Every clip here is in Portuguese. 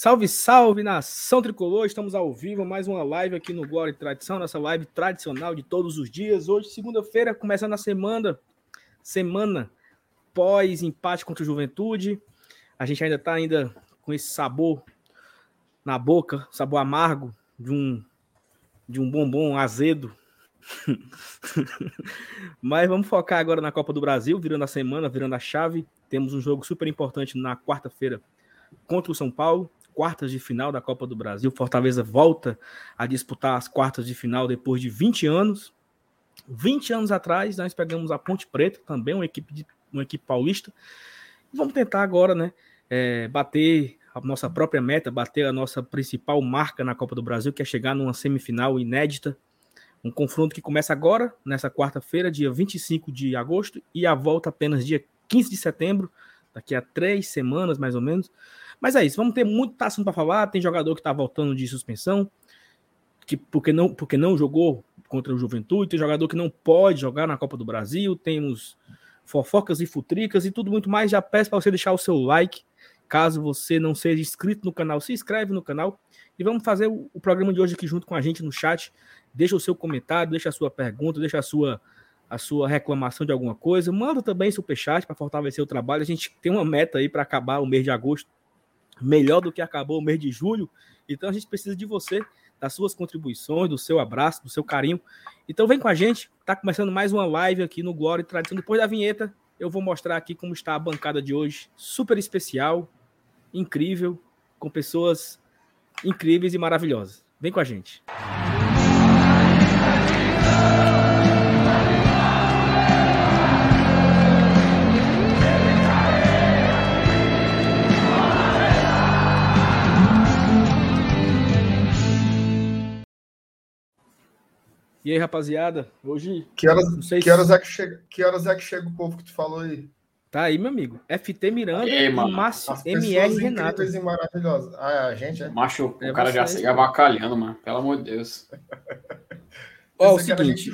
Salve, salve, nação tricolor, estamos ao vivo, mais uma live aqui no Glória e Tradição, nossa live tradicional de todos os dias. Hoje, segunda-feira, começando a semana pós-empate contra o Juventude. A gente ainda está com esse sabor na boca, sabor amargo de um bombom azedo. Mas vamos focar agora na Copa do Brasil, virando a semana, virando a chave. Temos um jogo super importante na quarta-feira contra o São Paulo, quartas de final da Copa do Brasil. Fortaleza volta a disputar as quartas de final depois de 20 anos. 20 anos atrás, nós pegamos a Ponte Preta, também uma equipe paulista. E vamos tentar agora, bater a nossa própria meta, bater a nossa principal marca na Copa do Brasil, que é chegar numa semifinal inédita. Um confronto que começa agora, nessa quarta-feira, dia 25 de agosto, e a volta apenas dia 15 de setembro, daqui a 3 semanas, mais ou menos. Mas é isso, vamos ter muito assunto para falar. Tem jogador que está voltando de suspensão, porque não jogou contra o Juventude, tem jogador que não pode jogar na Copa do Brasil, temos fofocas e futricas e tudo muito mais. Já peço para você deixar o seu like, caso você não seja inscrito no canal, se inscreve no canal. E vamos fazer o programa de hoje aqui junto com a gente no chat. Deixa o seu comentário, deixa a sua pergunta, deixa a sua reclamação de alguma coisa. Manda também superchat para fortalecer o trabalho. A gente tem uma meta aí para acabar o mês de agosto melhor do que acabou o mês de julho. Então a gente precisa de você, das suas contribuições, do seu abraço, do seu carinho. Então vem com a gente. Tá começando mais uma live aqui no Glória e Tradição. Depois da vinheta, eu vou mostrar aqui como está a bancada de hoje. Super especial, incrível, com pessoas incríveis e maravilhosas. Vem com a gente. E aí, rapaziada, hoje... Que horas é que chega o povo que tu falou aí? Tá aí, meu amigo. FT Miranda e Márcio MR Renato. E maravilhosas. A gente é... Macho, o cara já chega avacalhando, mano. Pelo amor de Deus. Ó, o seguinte,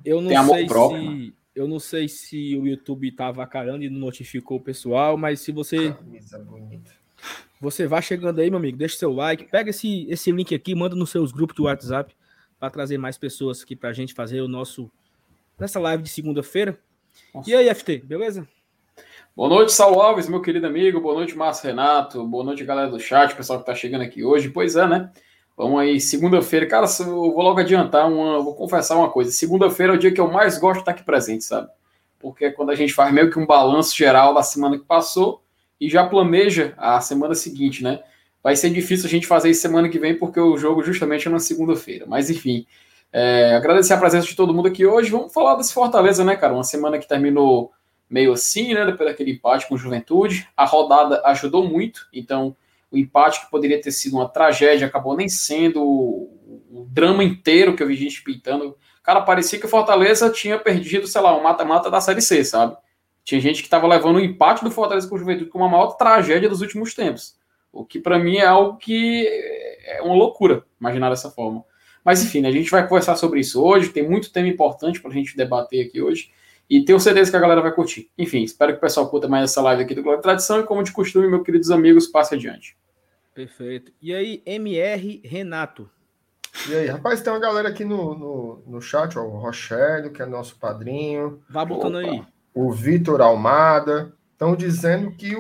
eu não sei se o YouTube tá avacalhando e não notificou o pessoal, mas se você... Camisa bonita. Você vai chegando aí, meu amigo, deixa seu like, pega esse link aqui, manda nos seus grupos do WhatsApp, para trazer mais pessoas aqui pra gente fazer nessa live de segunda-feira. E aí, FT, beleza? Boa noite, Saulo Alves, meu querido amigo. Boa noite, Márcio Renato. Boa noite, galera do chat, pessoal que tá chegando aqui hoje. Pois é, né? Vamos aí, segunda-feira. Cara, eu vou logo adiantar, vou confessar uma coisa. Segunda-feira é o dia que eu mais gosto de estar aqui presente, sabe? Porque é quando a gente faz meio que um balanço geral da semana que passou e já planeja a semana seguinte, né? Vai ser difícil a gente fazer isso semana que vem, porque o jogo justamente é na segunda-feira. Mas, enfim, agradecer a presença de todo mundo aqui hoje. Vamos falar desse Fortaleza, né, cara? Uma semana que terminou meio assim, né? Depois daquele empate com o Juventude. A rodada ajudou muito. Então, o empate que poderia ter sido uma tragédia acabou nem sendo o drama inteiro que eu vi gente pintando. Cara, parecia que o Fortaleza tinha perdido, sei lá, um mata-mata da Série C, sabe? Tinha gente que estava levando o empate do Fortaleza com o Juventude como a maior tragédia dos últimos tempos. O que para mim é algo que é uma loucura imaginar dessa forma. Mas enfim, né, a gente vai conversar sobre isso hoje, tem muito tema importante para a gente debater aqui hoje, e tenho certeza que a galera vai curtir. Enfim, espero que o pessoal curta mais essa live aqui do Glória e Tradição, e como de costume, meus queridos amigos, passe adiante. Perfeito. E aí, MR Renato? E aí, rapaz, tem uma galera aqui no chat, ó, o Rochelio, que é nosso padrinho. Vá botando aí. O Vitor Almada. Estão dizendo que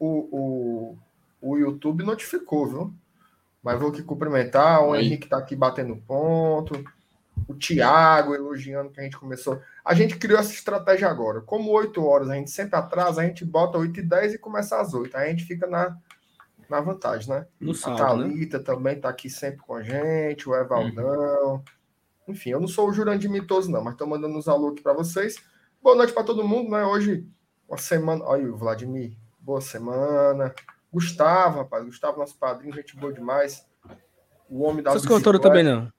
o YouTube notificou, viu? Mas vou aqui cumprimentar. O Henrique tá aqui batendo ponto. O Thiago elogiando que a gente começou. A gente criou essa estratégia agora. Como 8 horas a gente sempre atrasa, a gente bota 8h10 e começa às 8. Aí a gente fica na vantagem, né? No saldo, a Thalita, né? Também tá aqui sempre com a gente. O Evaldão. Enfim, eu não sou o Jurandir Mitoso, não, mas tô mandando uns alô aqui para vocês. Boa noite para todo mundo, né? Hoje, uma semana... Olha o Vladimir. Boa semana. Gustavo, rapaz. Gustavo, nosso padrinho, gente boa demais. O homem da bicicleta. Essas corretoras também não.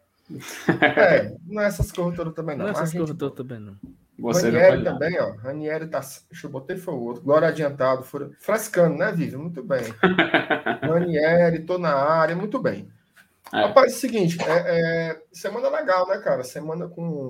Não é essas corretoras também não. Não é essas corretoras também não. Ranieri também, ó. Ranieri tá... Deixa eu botar, foi o outro. Glória adiantado. Frescando, né, Vivi? Muito bem. Ranieri, tô na área. Muito bem. Rapaz, é o seguinte. Semana legal, né, cara? Semana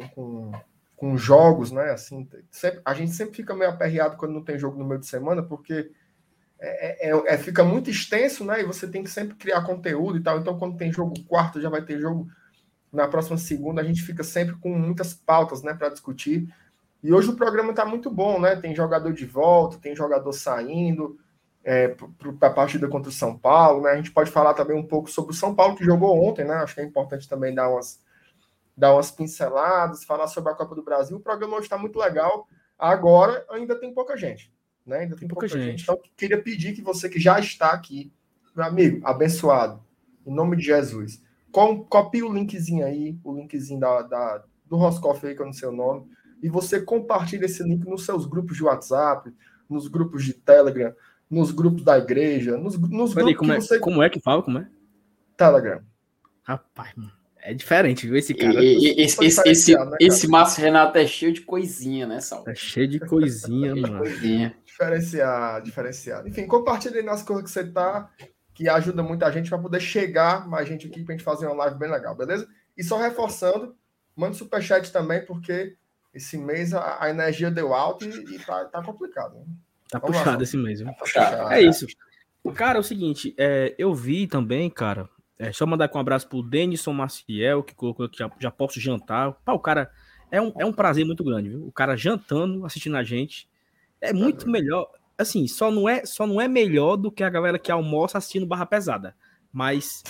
com jogos, né? Assim, a gente sempre fica meio aperreado quando não tem jogo no meio de semana, porque fica muito extenso, né? E você tem que sempre criar conteúdo e tal. Então, quando tem jogo quarto, já vai ter jogo na próxima segunda. A gente fica sempre com muitas pautas, né, para discutir. E hoje o programa está muito bom, né? Tem jogador de volta, tem jogador saindo para a partida contra o São Paulo, né? A gente pode falar também um pouco sobre o São Paulo que jogou ontem, né? Acho que é importante também dar umas pinceladas, falar sobre a Copa do Brasil. O programa hoje está muito legal. Agora ainda tem pouca gente, né? Ainda tem pouca gente. Então, queria pedir que você que já está aqui, meu amigo, abençoado, em nome de Jesus, copie o linkzinho aí, o linkzinho do Roscoff aí, que eu não sei o nome, e você compartilha esse link nos seus grupos de WhatsApp, nos grupos de Telegram, nos grupos da igreja, nos grupos que você... Como é que fala? Como é? Telegram. Rapaz, mano. É diferente, viu? Esse cara. Esse Márcio Renato é cheio de coisinha, né, Sal? É cheio de coisinha, mano. Diferenciado. Enfim, compartilha aí nas coisas que você tá, que ajuda muita gente para poder chegar mais gente aqui pra gente fazer uma live bem legal, beleza? E só reforçando, manda superchat também, porque esse mês a energia deu alto e tá complicado. Né? Tá puxado esse mês, viu? Tá puxado. É isso. Cara, é o seguinte, eu vi também, cara. Só mandar aqui um abraço pro Denison Maciel, que colocou que já posso jantar. Pá, o cara é um prazer muito grande, viu? O cara jantando, assistindo a gente. É muito melhor. Assim, só não é melhor do que a galera que almoça assistindo Barra Pesada. Mas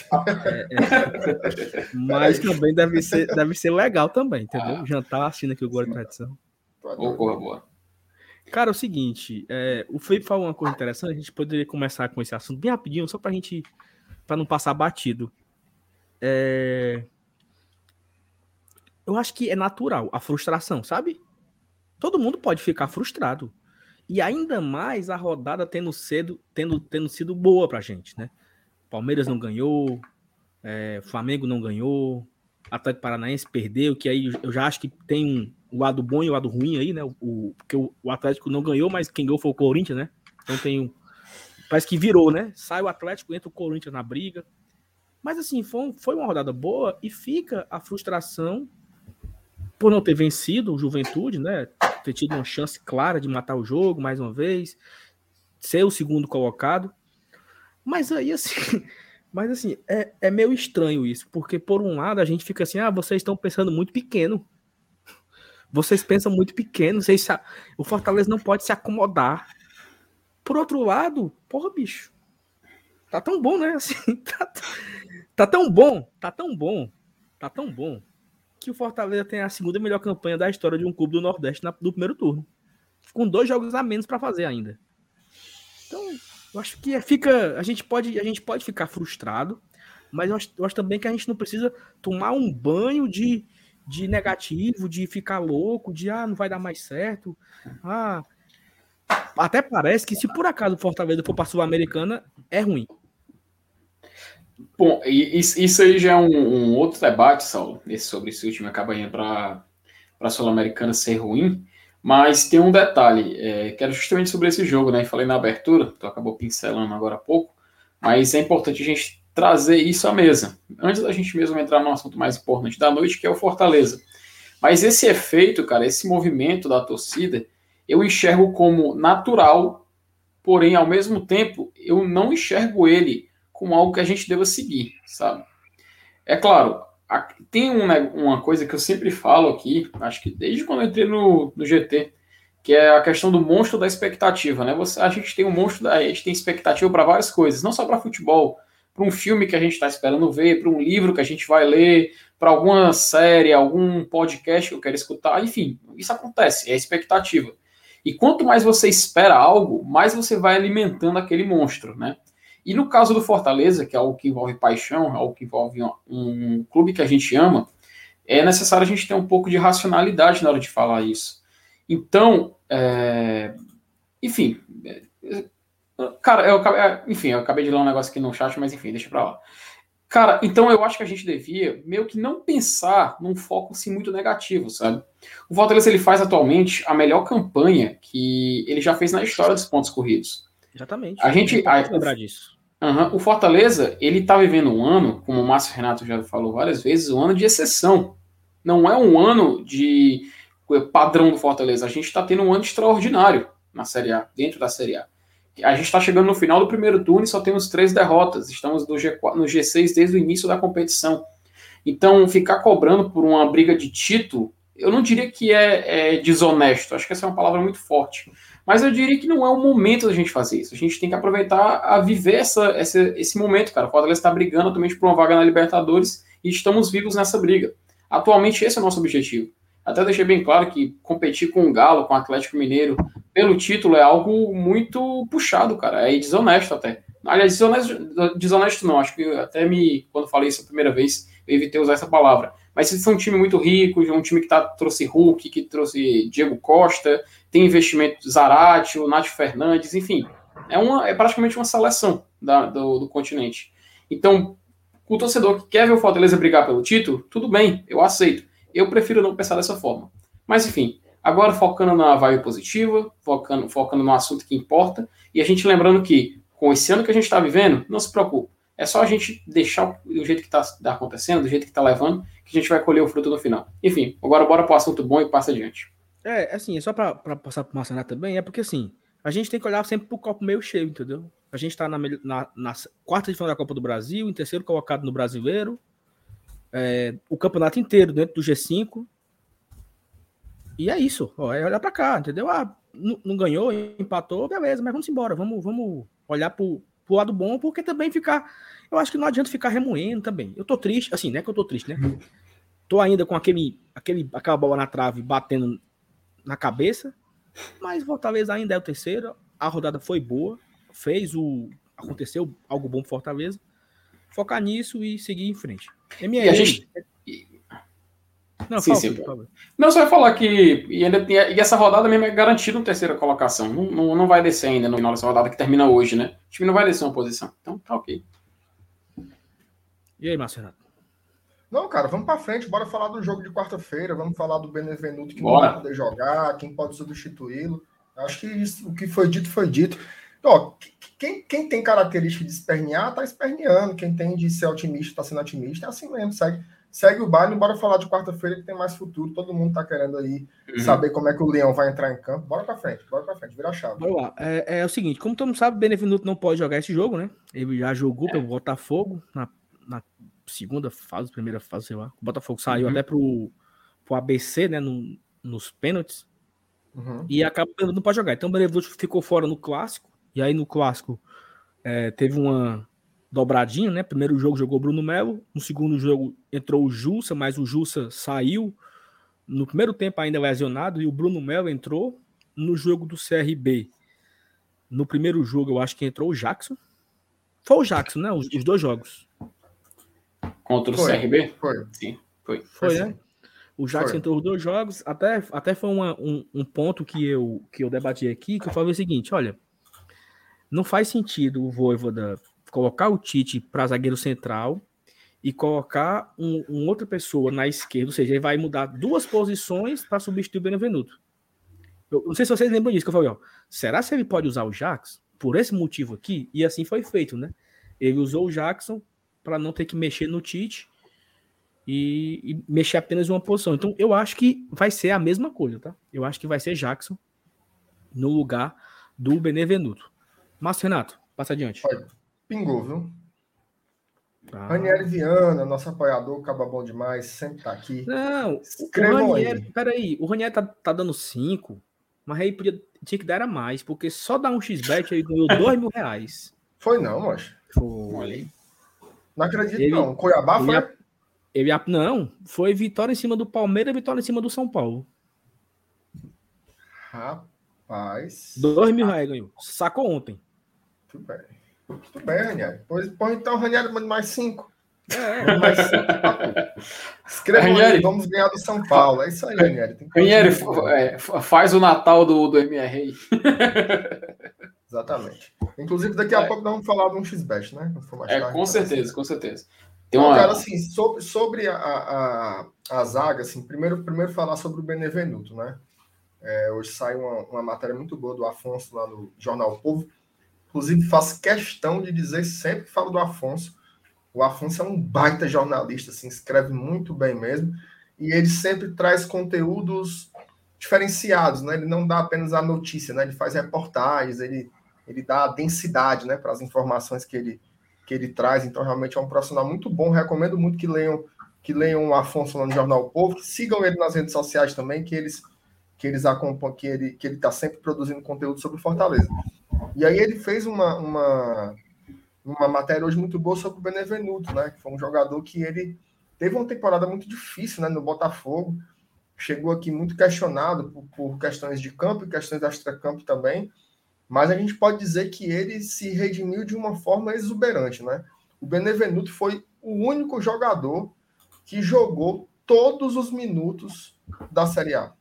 mas também deve ser legal também, entendeu? Jantar assistindo aqui o Glória e Tradição. Boa. Cara, é o seguinte, o Felipe falou uma coisa interessante, a gente poderia começar com esse assunto bem rapidinho, só pra gente, pra não passar batido. Eu acho que é natural a frustração, sabe? Todo mundo pode ficar frustrado. E ainda mais a rodada tendo sido boa pra gente, né? Palmeiras não ganhou, Flamengo não ganhou, Atlético Paranaense perdeu, que aí eu já acho que tem um lado bom e o lado ruim aí, né? Porque o Atlético não ganhou, mas quem ganhou foi o Corinthians, né? Então parece que virou, né? Sai o Atlético, entra o Corinthians na briga. Mas assim, foi uma rodada boa e fica a frustração por não ter vencido o Juventude, né? Ter tido uma chance clara de matar o jogo mais uma vez, ser o segundo colocado. Mas aí, assim, é meio estranho isso, porque por um lado a gente fica assim, vocês estão pensando muito pequeno. Vocês pensam muito pequeno, o Fortaleza não pode se acomodar. Por outro lado, porra, bicho, tá tão bom, né? Assim, tá tão bom, que o Fortaleza tem a segunda melhor campanha da história de um clube do Nordeste do primeiro turno. Com 2 jogos a menos para fazer ainda. Então, eu acho que a gente pode ficar frustrado, mas eu acho também que a gente não precisa tomar um banho de negativo, de ficar louco, de não vai dar mais certo. Até parece que se por acaso o Fortaleza for para a Sul-Americana, é ruim. Bom, isso aí já é um outro debate, Saulo, sobre se o time acaba indo para a Sul-Americana ser ruim, mas tem um detalhe, que era justamente sobre esse jogo, né? Falei na abertura, tu acabou pincelando agora há pouco, mas é importante a gente trazer isso à mesa, antes da gente mesmo entrar no assunto mais importante da noite, que é o Fortaleza. Mas esse efeito, cara, esse movimento da torcida, eu enxergo como natural, porém, ao mesmo tempo, eu não enxergo ele como algo que a gente deva seguir, sabe? É claro, tem uma coisa que eu sempre falo aqui, acho que desde quando eu entrei no GT, que é a questão do monstro da expectativa, né? A gente tem um monstro, a gente tem expectativa para várias coisas, não só para futebol, para um filme que a gente está esperando ver, para um livro que a gente vai ler, para alguma série, algum podcast que eu quero escutar, enfim, isso acontece, é a expectativa. E quanto mais você espera algo, mais você vai alimentando aquele monstro, né? E no caso do Fortaleza, que é algo que envolve paixão, algo que envolve um clube que a gente ama, é necessário a gente ter um pouco de racionalidade na hora de falar isso. Então, enfim, cara, eu acabei de ler um negócio aqui no chat, mas enfim, deixa pra lá. Cara, então eu acho que a gente devia meio que não pensar num foco assim, muito negativo, sabe? O Fortaleza ele faz atualmente a melhor campanha que ele já fez na história dos pontos corridos. Exatamente. A gente lembrar disso. O Fortaleza, ele tá vivendo um ano, como o Márcio Renato já falou várias vezes, um ano de exceção. Não é um ano de padrão do Fortaleza. A gente está tendo um ano extraordinário na Série A, dentro da Série A. A gente está chegando no final do primeiro turno e só temos 3 derrotas. Estamos no G6 desde o início da competição. Então, ficar cobrando por uma briga de título, eu não diria que é desonesto. Acho que essa é uma palavra muito forte. Mas eu diria que não é o momento da gente fazer isso. A gente tem que aproveitar a viver esse momento, cara. O Fortaleza está brigando atualmente por uma vaga na Libertadores e estamos vivos nessa briga. Atualmente, esse é o nosso objetivo. Até deixei bem claro que competir com o Galo, com o Atlético Mineiro, pelo título é algo muito puxado, cara. É desonesto até. Aliás, desonesto não. Acho que até quando falei isso a primeira vez, eu evitei usar essa palavra. Mas se foi um time muito rico, um time que trouxe Hulk, que trouxe Diego Costa, tem investimento Zarate, o Nath Fernandes, enfim. É praticamente uma seleção do continente. Então, o torcedor que quer ver o Fortaleza brigar pelo título, tudo bem, eu aceito. Eu prefiro não pensar dessa forma. Mas, enfim, agora focando na vibe positiva, focando no assunto que importa, e a gente lembrando que, com esse ano que a gente está vivendo, não se preocupe. É só a gente deixar do jeito que está acontecendo, do jeito que está levando, que a gente vai colher o fruto no final. Enfim, agora bora para o assunto bom e passa adiante. Assim, só para passar para o Marcenato também, é porque assim, a gente tem que olhar sempre para o copo meio cheio, entendeu? A gente está na quarta de final da Copa do Brasil, em terceiro colocado no Brasileiro, o campeonato inteiro dentro do G5. E é isso, é olhar para cá, entendeu? Não ganhou, empatou, beleza, mas vamos embora, vamos olhar pro lado bom, porque também eu acho que não adianta ficar remoendo também. Eu tô triste, assim, não é que eu tô triste, né? Tô ainda com aquela bola na trave batendo na cabeça, mas Fortaleza ainda é o terceiro, a rodada foi boa, aconteceu algo bom pro Fortaleza, focar nisso e seguir em frente. E a gente... Não, sim, por favor. Não, só ia falar que e essa rodada mesmo é garantida uma terceira colocação. Não vai descer ainda no final dessa rodada que termina hoje, né? O time não vai descer uma posição. Então tá ok. E aí, Marcelo? Não, cara, vamos pra frente. Bora falar do jogo de quarta-feira. Vamos falar do Benevenuto que não vai poder jogar, quem pode substituí-lo. Acho que o que foi dito, foi dito. Então, quem tem característica de espernear, tá esperneando. Quem tem de ser otimista, tá sendo otimista. É assim mesmo, segue o baile, bora falar de quarta-feira que tem mais futuro, todo mundo tá querendo aí saber como é que o Leão vai entrar em campo, bora pra frente, vira a chave. Bora lá, é o seguinte, como todo mundo sabe, o Benevenuto não pode jogar esse jogo, né, ele já jogou pelo Botafogo, na segunda fase, primeira fase, sei lá, o Botafogo saiu até pro ABC, né, nos pênaltis, e acaba não pode jogar, então o Benevenuto ficou fora no Clássico, e aí no Clássico teve uma dobradinho, né? Primeiro jogo jogou Bruno Melo, no segundo jogo entrou o Jussa, mas o Jussa saiu no primeiro tempo ainda lesionado e o Bruno Melo entrou no jogo do CRB. No primeiro jogo eu acho que entrou o Jackson. Foi o Jackson, né? Os dois jogos. Contra o CRB? Foi. Sim, foi, né? O Jackson entrou os dois jogos. Até foi um ponto que eu debati aqui, que eu falei o seguinte, olha, não faz sentido o Vojvoda colocar o Tite para zagueiro central e colocar outra pessoa na esquerda, ou seja, ele vai mudar duas posições para substituir o Benevenuto. Eu não sei se vocês lembram disso, que eu falei, será que ele pode usar o Jackson por esse motivo aqui? E assim foi feito, né? Ele usou o Jackson para não ter que mexer no Tite e mexer apenas em uma posição. Então, eu acho que vai ser a mesma coisa, tá? Eu acho que vai ser Jackson no lugar do Benevenuto. Márcio Renato, passa adiante. Olha, pingou, viu? Ranieri Viana, nosso apoiador, acaba bom demais, sempre tá aqui. Não, o Ranieri, peraí, o Ranieri tá dando 5, mas aí tinha que dar era mais, porque só dar um XBet aí ganhou R$2.000. Foi não, moço. Foi. Não acredito não. Cuiabá foi? Não, foi vitória em cima do Palmeiras e vitória em cima do São Paulo. Rapaz. R$2.000 ganhou. Sacou ontem. Tudo bem, Ranieri. Pois então, Ranieri, manda mais 5. Mais 5. Escreva aí, vamos ganhar do São Paulo. É isso aí, Ranieri. Ranieri, faz o Natal do MR. Exatamente. Inclusive, daqui a pouco nós vamos falar de um XBet, né? Com certeza. Cara, assim, sobre a zaga, assim, primeiro falar sobre o Benevenuto, né? Hoje sai uma matéria muito boa do Afonso lá no Jornal Povo. Inclusive, faço questão de dizer, sempre que falo do Afonso, o Afonso é um baita jornalista, assim, escreve muito bem mesmo, e ele sempre traz conteúdos diferenciados, né? Ele não dá apenas a notícia, né? Ele faz reportagens, ele ele dá densidade, né, para as informações que ele traz. Então, realmente é um profissional muito bom. Recomendo muito que leiam o Afonso lá no Jornal O Povo, que sigam ele nas redes sociais também, que eles acompanham, que ele está sempre produzindo conteúdo sobre Fortaleza. E aí ele fez uma matéria hoje muito boa sobre o Benevenuto, né? Que foi um jogador que ele teve uma temporada muito difícil, né, no Botafogo. Chegou aqui muito questionado por questões de campo e questões extra-campo também. Mas a gente pode dizer que ele se redimiu de uma forma exuberante, né? O Benevenuto foi o único jogador que jogou todos os minutos da Série A.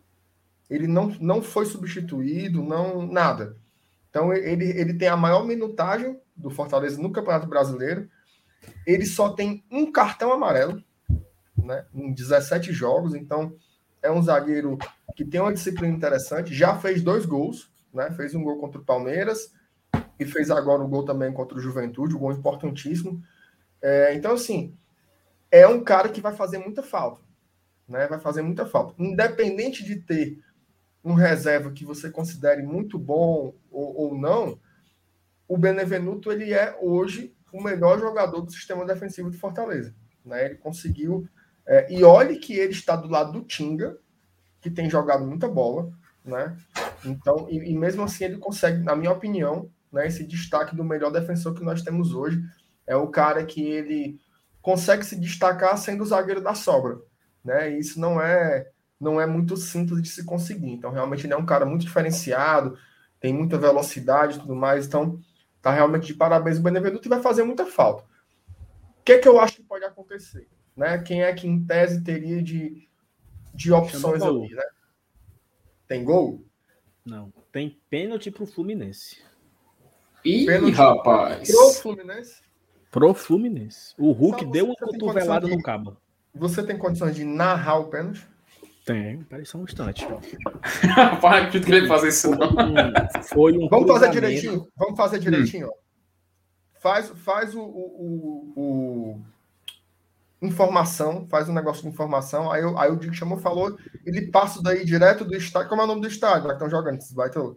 Ele não foi substituído, nada. Então, ele tem a maior minutagem do Fortaleza no Campeonato Brasileiro. Ele só tem um cartão amarelo, né, em 17 jogos. Então, é um zagueiro que tem uma disciplina interessante. Já fez 2 gols, né? Fez um gol contra o Palmeiras e fez agora um gol também contra o Juventude, um gol importantíssimo. Então, assim, é um cara que vai fazer muita falta, né? Vai fazer muita falta. Independente de ter um reserva que você considere muito bom ou não, o Benevenuto, ele é hoje o melhor jogador do sistema defensivo de Fortaleza, né? Ele conseguiu... e olhe que ele está do lado do Tinga, que tem jogado muita bola, né? Então, e mesmo assim ele consegue, na minha opinião, né, esse destaque do melhor defensor que nós temos hoje. É o cara que ele consegue se destacar sendo o zagueiro da sobra, né? E isso não é muito simples de se conseguir. Então, realmente, ele é um cara muito diferenciado, tem muita velocidade e tudo mais. Então, tá realmente de parabéns o Benevenuto e vai fazer muita falta. O que eu acho que pode acontecer? Né? Quem é que, em tese, teria de opções ali, né? Tem gol? Não. Tem pênalti pro Fluminense. Ih, Pênalti rapaz. Pro Fluminense? Pro Fluminense. O Hulk Só deu uma você tem cotovelada condição no cabo. Você tem condições de narrar o pênalti? Tem. Peraí só um instante. Para, acredito que ele fazer isso, não. Foi um Vamos fazer cruzamento. direitinho? Vamos fazer direitinho, ó. Faz o informação, faz um negócio de informação. Aí o Diego chamou, falou, ele passa daí direto do estádio. Como é o nome do estádio? Lá que estão jogando esses baitos.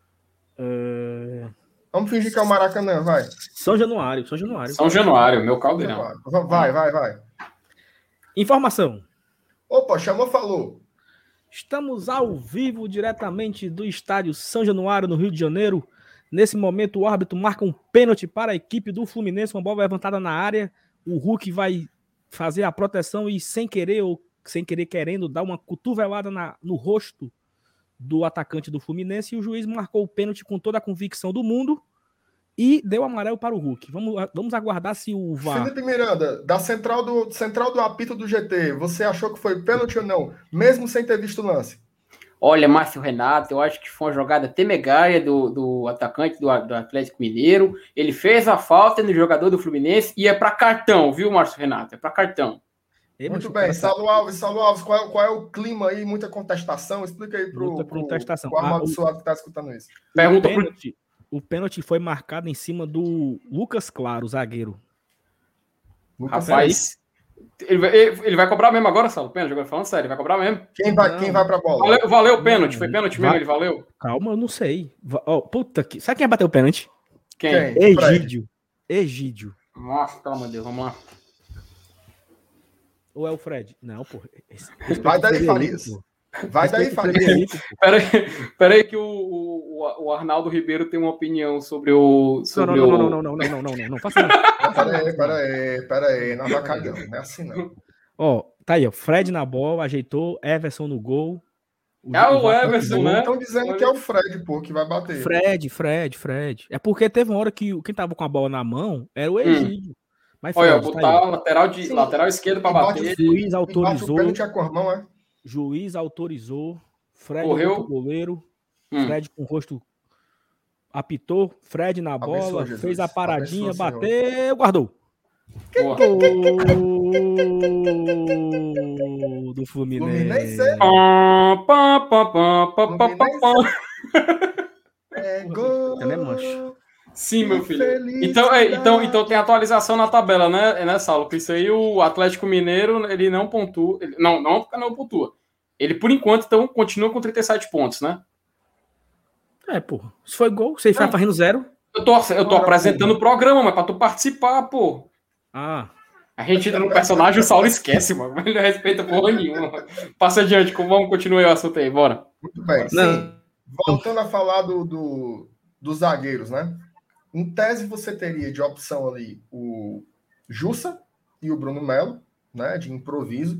Vamos fingir que é o Maracanã, vai. São Januário. São Januário, meu caldeirão. Vai. Informação. Opa, chamou, falou. Estamos ao vivo diretamente do estádio São Januário, no Rio de Janeiro. Nesse momento, o árbitro marca um pênalti para a equipe do Fluminense, uma bola levantada na área. O Hulk vai fazer a proteção e, sem querer querendo, dar uma cotovelada no rosto do atacante do Fluminense. E o juiz marcou o pênalti com toda a convicção do mundo e deu amarelo para o Hulk. Vamos aguardar se o VAR... Felipe Miranda, da central do apito do GT, você achou que foi pênalti ou não? Mesmo sem ter visto o lance? Olha, Márcio Renato, eu acho que foi uma jogada temerária do atacante do Atlético Mineiro. Ele fez a falta no jogador do Fluminense e é para cartão, viu, Márcio Renato? É para cartão. Muito bem, Saulo Alves, qual é o clima aí? Muita contestação? Explica aí pro amaldiçoado que está escutando isso. Pergunta O pênalti foi marcado em cima do Lucas Claro, zagueiro. Rapaz, ele vai cobrar mesmo agora, Saulo? Pênalti, agora falando sério, ele vai cobrar mesmo. Quem vai pra bola? Valeu o pênalti, foi pênalti mesmo, ele valeu? Calma, eu não sei. Sabe quem bateu o pênalti? Quem? Egídio. Nossa, pelo amor de Deus, vamos lá. Ou é o Fred? Não, pô. Vai daí, Farias. Vai daí, Farias. Peraí que o Arnaldo Ribeiro tem uma opinião sobre o... Não, faça não. Pera aí, não vai cagando, não é assim não. Ó, tá aí, ó, Fred na bola, ajeitou, Everson no gol. O Everson, né? Estão dizendo que é o Fred, pô, que vai bater. Fred. É porque teve uma hora que quem tava com a bola na mão era o Egídio. Mas Fred, olha, botar lateral esquerdo para bater. Juiz autorizou. Juiz autorizou. Fred correu o goleiro. Fred com o rosto apitou. Fred na bola, abençoa, fez a paradinha, abençoa, bateu, guardou. Do Fluminense. É gol. Ela é mancha. Sim, meu filho. Então tem atualização na tabela, né, Saulo? Porque isso aí o Atlético Mineiro, ele não pontua. Não pontua. Ele, por enquanto, então, continua com 37 pontos, né? Porra. Se foi gol, você vai fazendo 0. Eu tô apresentando o programa, mas pra tu participar, pô. Ah. A gente entra no personagem, o Saulo esquece, mano. Ele não respeita porra nenhuma. Passa adiante, vamos continuar o assunto aí, bora. Muito bem, sim. Voltando a falar dos zagueiros, né? Em tese, você teria de opção ali o Jussa e o Bruno Melo, né? De improviso.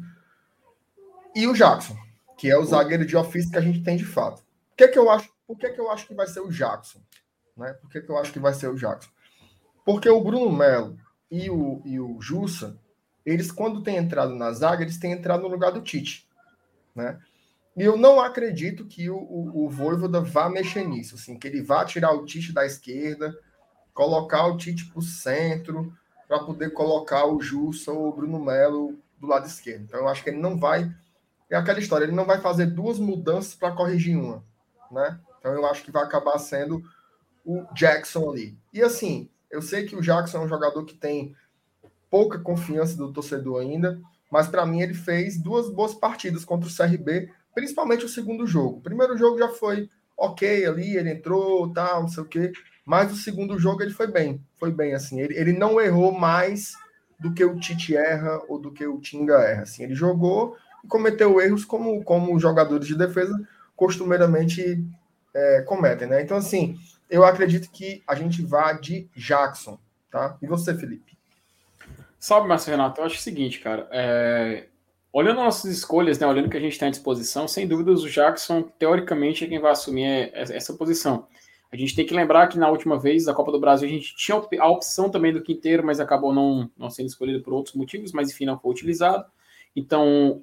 E o Jackson, que é o zagueiro de ofício que a gente tem de fato. Por que eu acho que vai ser o Jackson? Né? Por que eu acho que vai ser o Jackson? Porque o Bruno Melo e o Jussa, eles, quando têm entrado na zaga, eles têm entrado no lugar do Tite. Né? E eu não acredito que o Vojvoda vá mexer nisso, assim, que ele vá tirar o Tite da esquerda, colocar o Tite para o centro, para poder colocar o Jussa ou o Bruno Melo do lado esquerdo. Então, eu acho que ele não vai... É aquela história, ele não vai fazer duas mudanças para corrigir uma. Né? Então, eu acho que vai acabar sendo o Jackson ali. E, assim, eu sei que o Jackson é um jogador que tem pouca confiança do torcedor ainda, mas, para mim, ele fez 2 boas partidas contra o CRB, principalmente o segundo jogo. O primeiro jogo já foi ok ali, ele entrou, tal, não sei o quê, mas o segundo jogo ele foi bem, assim, ele não errou mais do que o Tite erra ou do que o Tinga erra, assim, ele jogou e cometeu erros como os jogadores de defesa costumeiramente cometem, né? Então, assim, eu acredito que a gente vá de Jackson, tá? E você, Felipe? Sabe, Márcio Renato, eu acho o seguinte, cara, olhando nossas escolhas, né, olhando o que a gente tem à disposição, sem dúvidas o Jackson, teoricamente, é quem vai assumir essa posição. A gente tem que lembrar que na última vez da Copa do Brasil a gente tinha a opção também do Quinteiro, mas acabou não sendo escolhido por outros motivos, mas enfim, não foi utilizado. Então,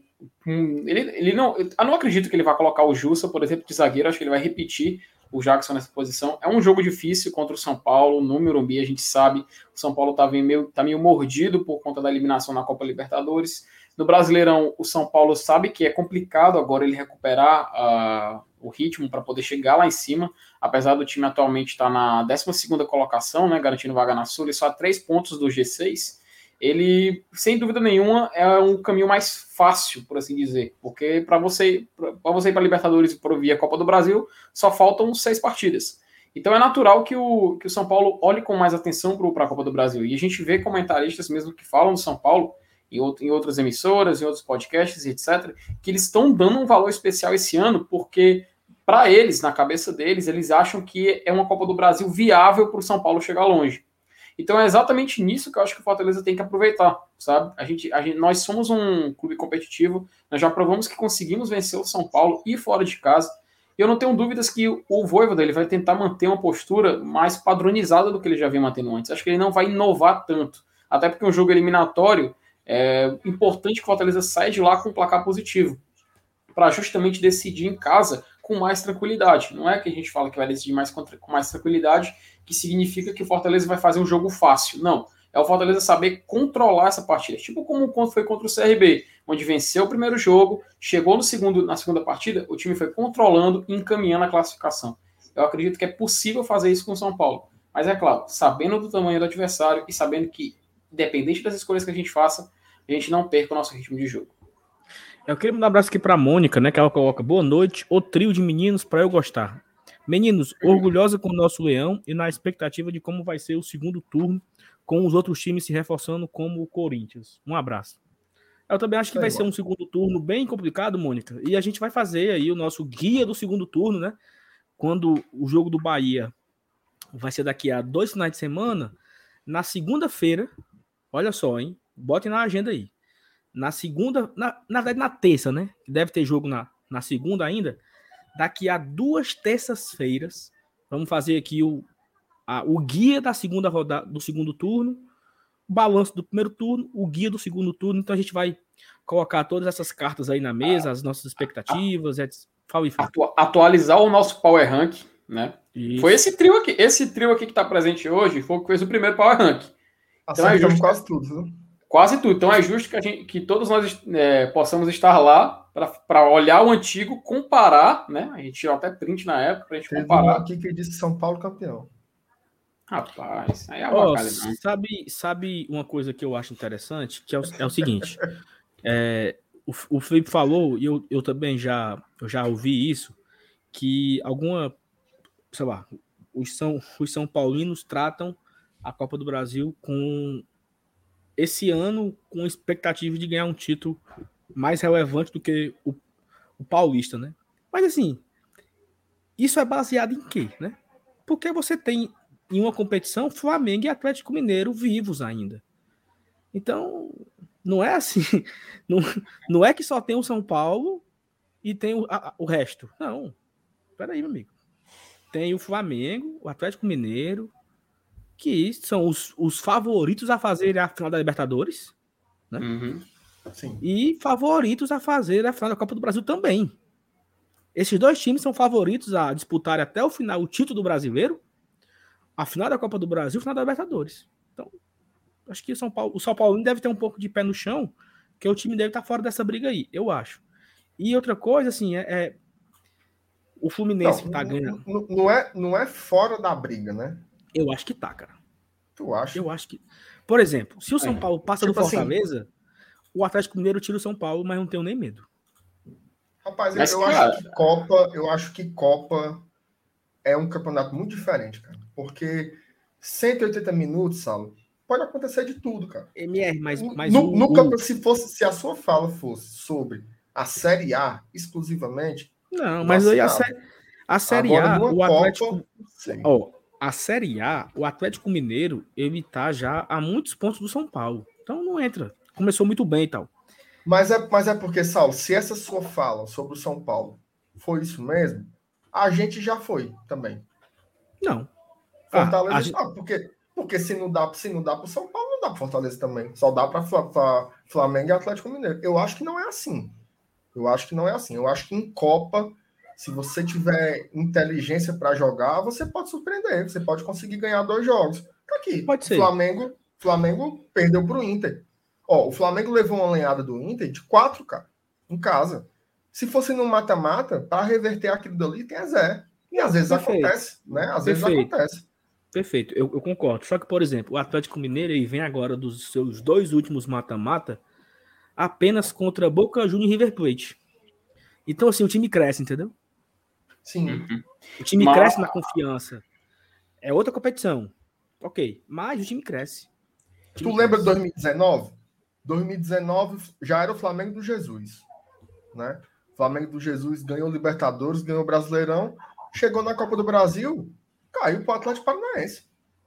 eu não acredito que ele vá colocar o Jussa, por exemplo, de zagueiro, acho que ele vai repetir o Jackson nessa posição. É um jogo difícil contra o São Paulo, no Morumbi, a gente sabe, o São Paulo tá meio mordido por conta da eliminação na Copa Libertadores. No Brasileirão, o São Paulo sabe que é complicado agora ele recuperar o ritmo para poder chegar lá em cima, apesar do time atualmente estar na 12ª colocação, né, garantindo vaga na Sul, e só a 3 pontos do G6, ele, sem dúvida nenhuma, é um caminho mais fácil, por assim dizer, porque para você ir para Libertadores e por via Copa do Brasil, só faltam 6 partidas. Então é natural que o São Paulo olhe com mais atenção para a Copa do Brasil, e a gente vê comentaristas mesmo que falam do São Paulo, em outras emissoras, em outros podcasts, etc., que eles estão dando um valor especial esse ano, porque para eles, na cabeça deles, eles acham que é uma Copa do Brasil viável para o São Paulo chegar longe. Então é exatamente nisso que eu acho que o Fortaleza tem que aproveitar, sabe? Nós somos um clube competitivo, nós já provamos que conseguimos vencer o São Paulo e fora de casa, e eu não tenho dúvidas que o Vojvoda ele vai tentar manter uma postura mais padronizada do que ele já vinha mantendo antes. Acho que ele não vai inovar tanto, até porque um jogo eliminatório é importante que o Fortaleza saia de lá com um placar positivo, para justamente decidir em casa com mais tranquilidade. Não é que a gente fala que vai decidir com mais tranquilidade, que significa que o Fortaleza vai fazer um jogo fácil. Não. É o Fortaleza saber controlar essa partida. Tipo como foi contra o CRB, onde venceu o primeiro jogo, chegou na segunda partida, o time foi controlando e encaminhando a classificação. Eu acredito que é possível fazer isso com o São Paulo. Mas é claro, sabendo do tamanho do adversário e sabendo que, independente das escolhas que a gente faça, a gente não perca o nosso ritmo de jogo. Eu queria mandar um abraço aqui pra Mônica, né? Que ela coloca: boa noite, o trio de meninos pra eu gostar. Meninos, orgulhosa com o nosso Leão e na expectativa de como vai ser o segundo turno, com os outros times se reforçando como o Corinthians. Um abraço. Eu também acho que vai ser um segundo turno bem complicado, Mônica. E a gente vai fazer aí o nosso guia do segundo turno, né? Quando o jogo do Bahia vai ser daqui a 2 finais de semana, na segunda-feira, olha só, hein? Botem na agenda aí. Na segunda, na verdade na terça, né? Deve ter jogo na segunda ainda. Daqui a 2 terças-feiras, vamos fazer aqui o guia da segunda rodada, do segundo turno, o balanço do primeiro turno, o guia do segundo turno. Então a gente vai colocar todas essas cartas aí na mesa, as nossas expectativas, atualizar o nosso Power Rank, né? Isso. Foi esse trio aqui que está presente hoje, foi o que fez o primeiro Power Rank. Então é justo, quase tudo, viu? Quase tudo. Então é justo que todos nós possamos estar lá para olhar o antigo, comparar, né? A gente tirou até print na época para a gente comparar. Aqui que disse São Paulo campeão. Rapaz, aí é abacalhau. Sabe uma coisa que eu acho interessante? Que é o seguinte. O Felipe falou, e eu também já ouvi isso, que sei lá, os São Paulinos tratam a Copa do Brasil esse ano com expectativa de ganhar um título mais relevante do que o paulista, né? Mas assim, isso é baseado em quê, né? Porque você tem em uma competição Flamengo e Atlético Mineiro vivos ainda. Então, não é assim, não é que só tem o São Paulo e tem o resto. Não, peraí, meu amigo. Tem o Flamengo, o Atlético Mineiro, que são os favoritos a fazer a final da Libertadores, né? Uhum. Sim. E favoritos a fazer a final da Copa do Brasil também. Esses dois times são favoritos a disputar até o final o título do Brasileiro, a final da Copa do Brasil e a final da Libertadores. Então, acho que o São Paulo deve ter um pouco de pé no chão, que o time deve estar fora dessa briga aí, eu acho. E outra coisa, assim, o Fluminense que tá ganhando. Não é fora da briga, né? Eu acho que tá, cara. Tu acha? Eu acho que. Por exemplo, se o São Paulo passa do Fortaleza, assim, o Atlético Mineiro tira o São Paulo, mas não tenho nem medo. Rapaz, Mas, eu acho que Copa é um campeonato muito diferente, cara. Porque 180 minutos, Saulo, pode acontecer de tudo, cara. MR, mas se a sua fala fosse sobre a Série A exclusivamente. Não, mas aí a Série A, o Atlético. A Série A, o Atlético Mineiro, ele tá já a muitos pontos do São Paulo. Então não entra. Começou muito bem e tal. Mas é porque, Saulo, se essa sua fala sobre o São Paulo foi isso mesmo, a gente já foi também. Não. Fortaleza. Porque se não dá para o São Paulo, não dá para Fortaleza também. Só dá para Flamengo e Atlético Mineiro. Eu acho que não é assim. Eu acho que em Copa, se você tiver inteligência para jogar, você pode surpreender. Você pode conseguir ganhar 2 jogos. Aqui, pode ser. Flamengo perdeu para o Inter. O Flamengo levou uma lenhada do Inter de 4, cara, em casa. Se fosse no mata-mata, para reverter aquilo dali, tem a Zé. E às vezes acontece, né? Às vezes acontece. Perfeito, eu concordo. Só que, por exemplo, o Atlético Mineiro ele vem agora dos seus 2 últimos mata-mata apenas contra Boca Juniors e River Plate. Então, assim, o time cresce, entendeu? Sim. Uhum. O time cresce na confiança. É outra competição. Ok, mas o time cresce. Tu lembra de 2019? 2019 já era o Flamengo do Jesus, né? O Flamengo do Jesus ganhou o Libertadores, ganhou o Brasileirão, chegou na Copa do Brasil, caiu para o Atlético Paranaense.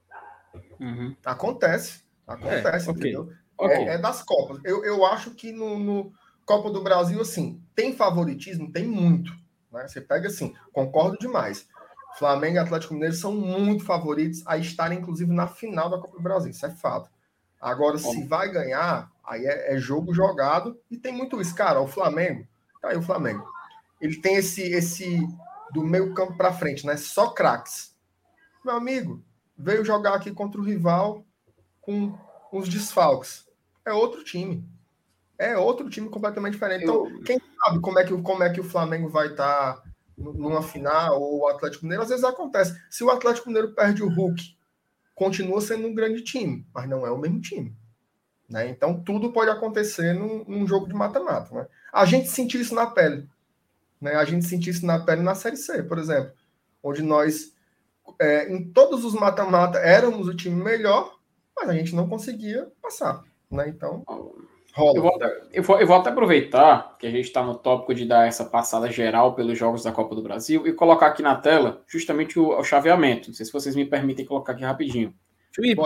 Uhum. Acontece, entendeu? Okay. É das Copas. Eu acho que no Copa do Brasil, assim, tem favoritismo? Tem muito. Né? Você pega assim, concordo demais. Flamengo e Atlético Mineiro são muito favoritos a estarem, inclusive, na final da Copa do Brasil. Isso é fato. Agora, se vai ganhar, aí é jogo jogado e tem muito isso. Cara, o Flamengo, tá aí o Flamengo. Ele tem esse do meio campo para frente, né? Só craques. Meu amigo, veio jogar aqui contra o rival com os desfalques. É outro time. É outro time completamente diferente. Então, quem sabe como é que o Flamengo vai estar numa final ou o Atlético Mineiro? Às vezes acontece. Se o Atlético Mineiro perde o Hulk, continua sendo um grande time, mas não é o mesmo time. Né? Então, tudo pode acontecer num jogo de mata-mata. Né? A gente sentiu isso na pele. Né? A gente sentiu isso na pele na Série C, por exemplo, onde nós, em todos os mata-mata, éramos o time melhor, mas a gente não conseguia passar. Né? Então, rola. Eu vou até aproveitar que a gente está no tópico de dar essa passada geral pelos jogos da Copa do Brasil e colocar aqui na tela justamente o chaveamento. Não sei se vocês me permitem colocar aqui rapidinho. Felipe,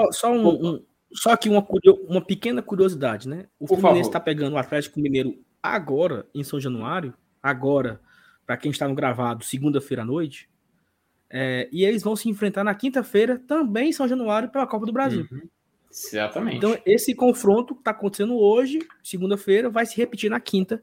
só aqui uma pequena curiosidade, né? O Fluminense está pegando o Atlético Mineiro agora, em São Januário, agora, para quem está no gravado, segunda-feira à noite, e eles vão se enfrentar na quinta-feira, também em São Januário, pela Copa do Brasil. Uhum. Exatamente. Então, esse confronto que está acontecendo hoje, segunda-feira, vai se repetir na quinta,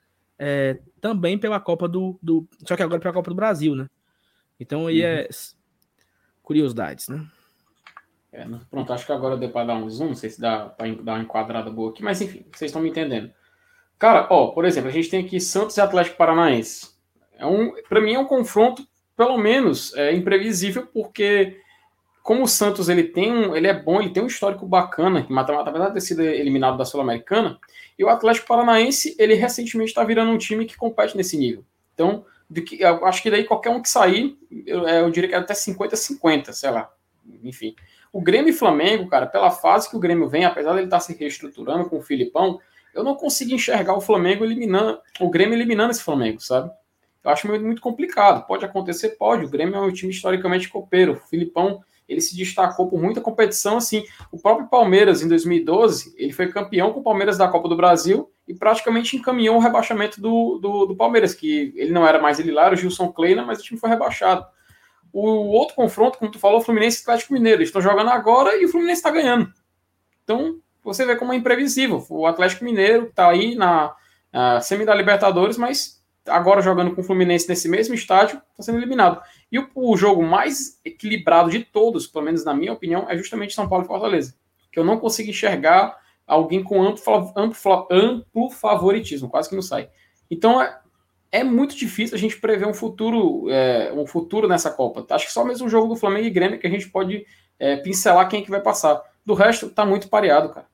também pela Copa só que agora pela Copa do Brasil, né? Então, aí curiosidades, né? Pronto, acho que agora deu para dar um zoom, não sei se dá para dar uma enquadrada boa aqui, mas enfim, vocês estão me entendendo. Cara, por exemplo, a gente tem aqui Santos e Atlético Paranaense. Para mim é um confronto, pelo menos, imprevisível, porque como o Santos ele é bom, ele tem um histórico bacana, que mata-mata, apesar de ter sido eliminado da Sul-Americana, e o Atlético Paranaense, ele recentemente está virando um time que compete nesse nível. Então, Eu acho que daí qualquer um que sair, eu diria que é até 50-50, sei lá. Enfim. O Grêmio e Flamengo, cara, pela fase que o Grêmio vem, apesar de ele estar se reestruturando com o Filipão, eu não consigo enxergar o Flamengo eliminando, o Grêmio eliminando esse Flamengo, sabe? Eu acho muito complicado. Pode acontecer? Pode. O Grêmio é um time historicamente copeiro. O Filipão, ele se destacou por muita competição, assim. O próprio Palmeiras, em 2012, ele foi campeão com o Palmeiras da Copa do Brasil e praticamente encaminhou o rebaixamento do Palmeiras, que ele não era mais ele lá, era o Gilson Kleina, mas o time foi rebaixado. O outro confronto, como tu falou, o Fluminense e Atlético Mineiro. Eles estão jogando agora e o Fluminense está ganhando. Então, você vê como é imprevisível. O Atlético Mineiro está aí na semi da Libertadores, mas agora jogando com o Fluminense nesse mesmo estádio, está sendo eliminado. E o jogo mais equilibrado de todos, pelo menos na minha opinião, é justamente São Paulo e Fortaleza. Que eu não consigo enxergar alguém com amplo favoritismo, quase que não sai. Então, é muito difícil a gente prever um futuro nessa Copa. Acho que só mesmo o jogo do Flamengo e Grêmio que a gente pode pincelar quem é que vai passar. Do resto, tá muito pareado, cara.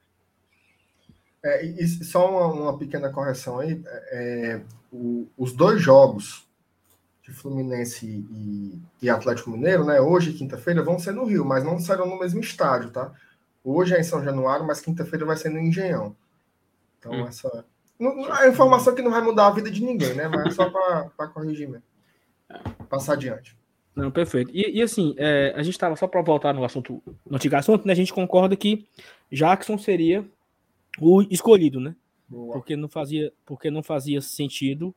E só uma pequena correção aí. Os dois jogos de Fluminense e Atlético Mineiro, né, hoje, quinta-feira, vão ser no Rio, mas não serão no mesmo estádio, tá? Hoje é em São Januário, mas quinta-feira vai ser no Engenhão. Então, essa... A informação que não vai mudar a vida de ninguém, né? Mas é só para corrigir mesmo. Passar adiante. Não, perfeito. E assim, a gente estava só para voltar no antigo assunto, né? A gente concorda que Jackson seria o escolhido, né? Boa. Porque não fazia sentido.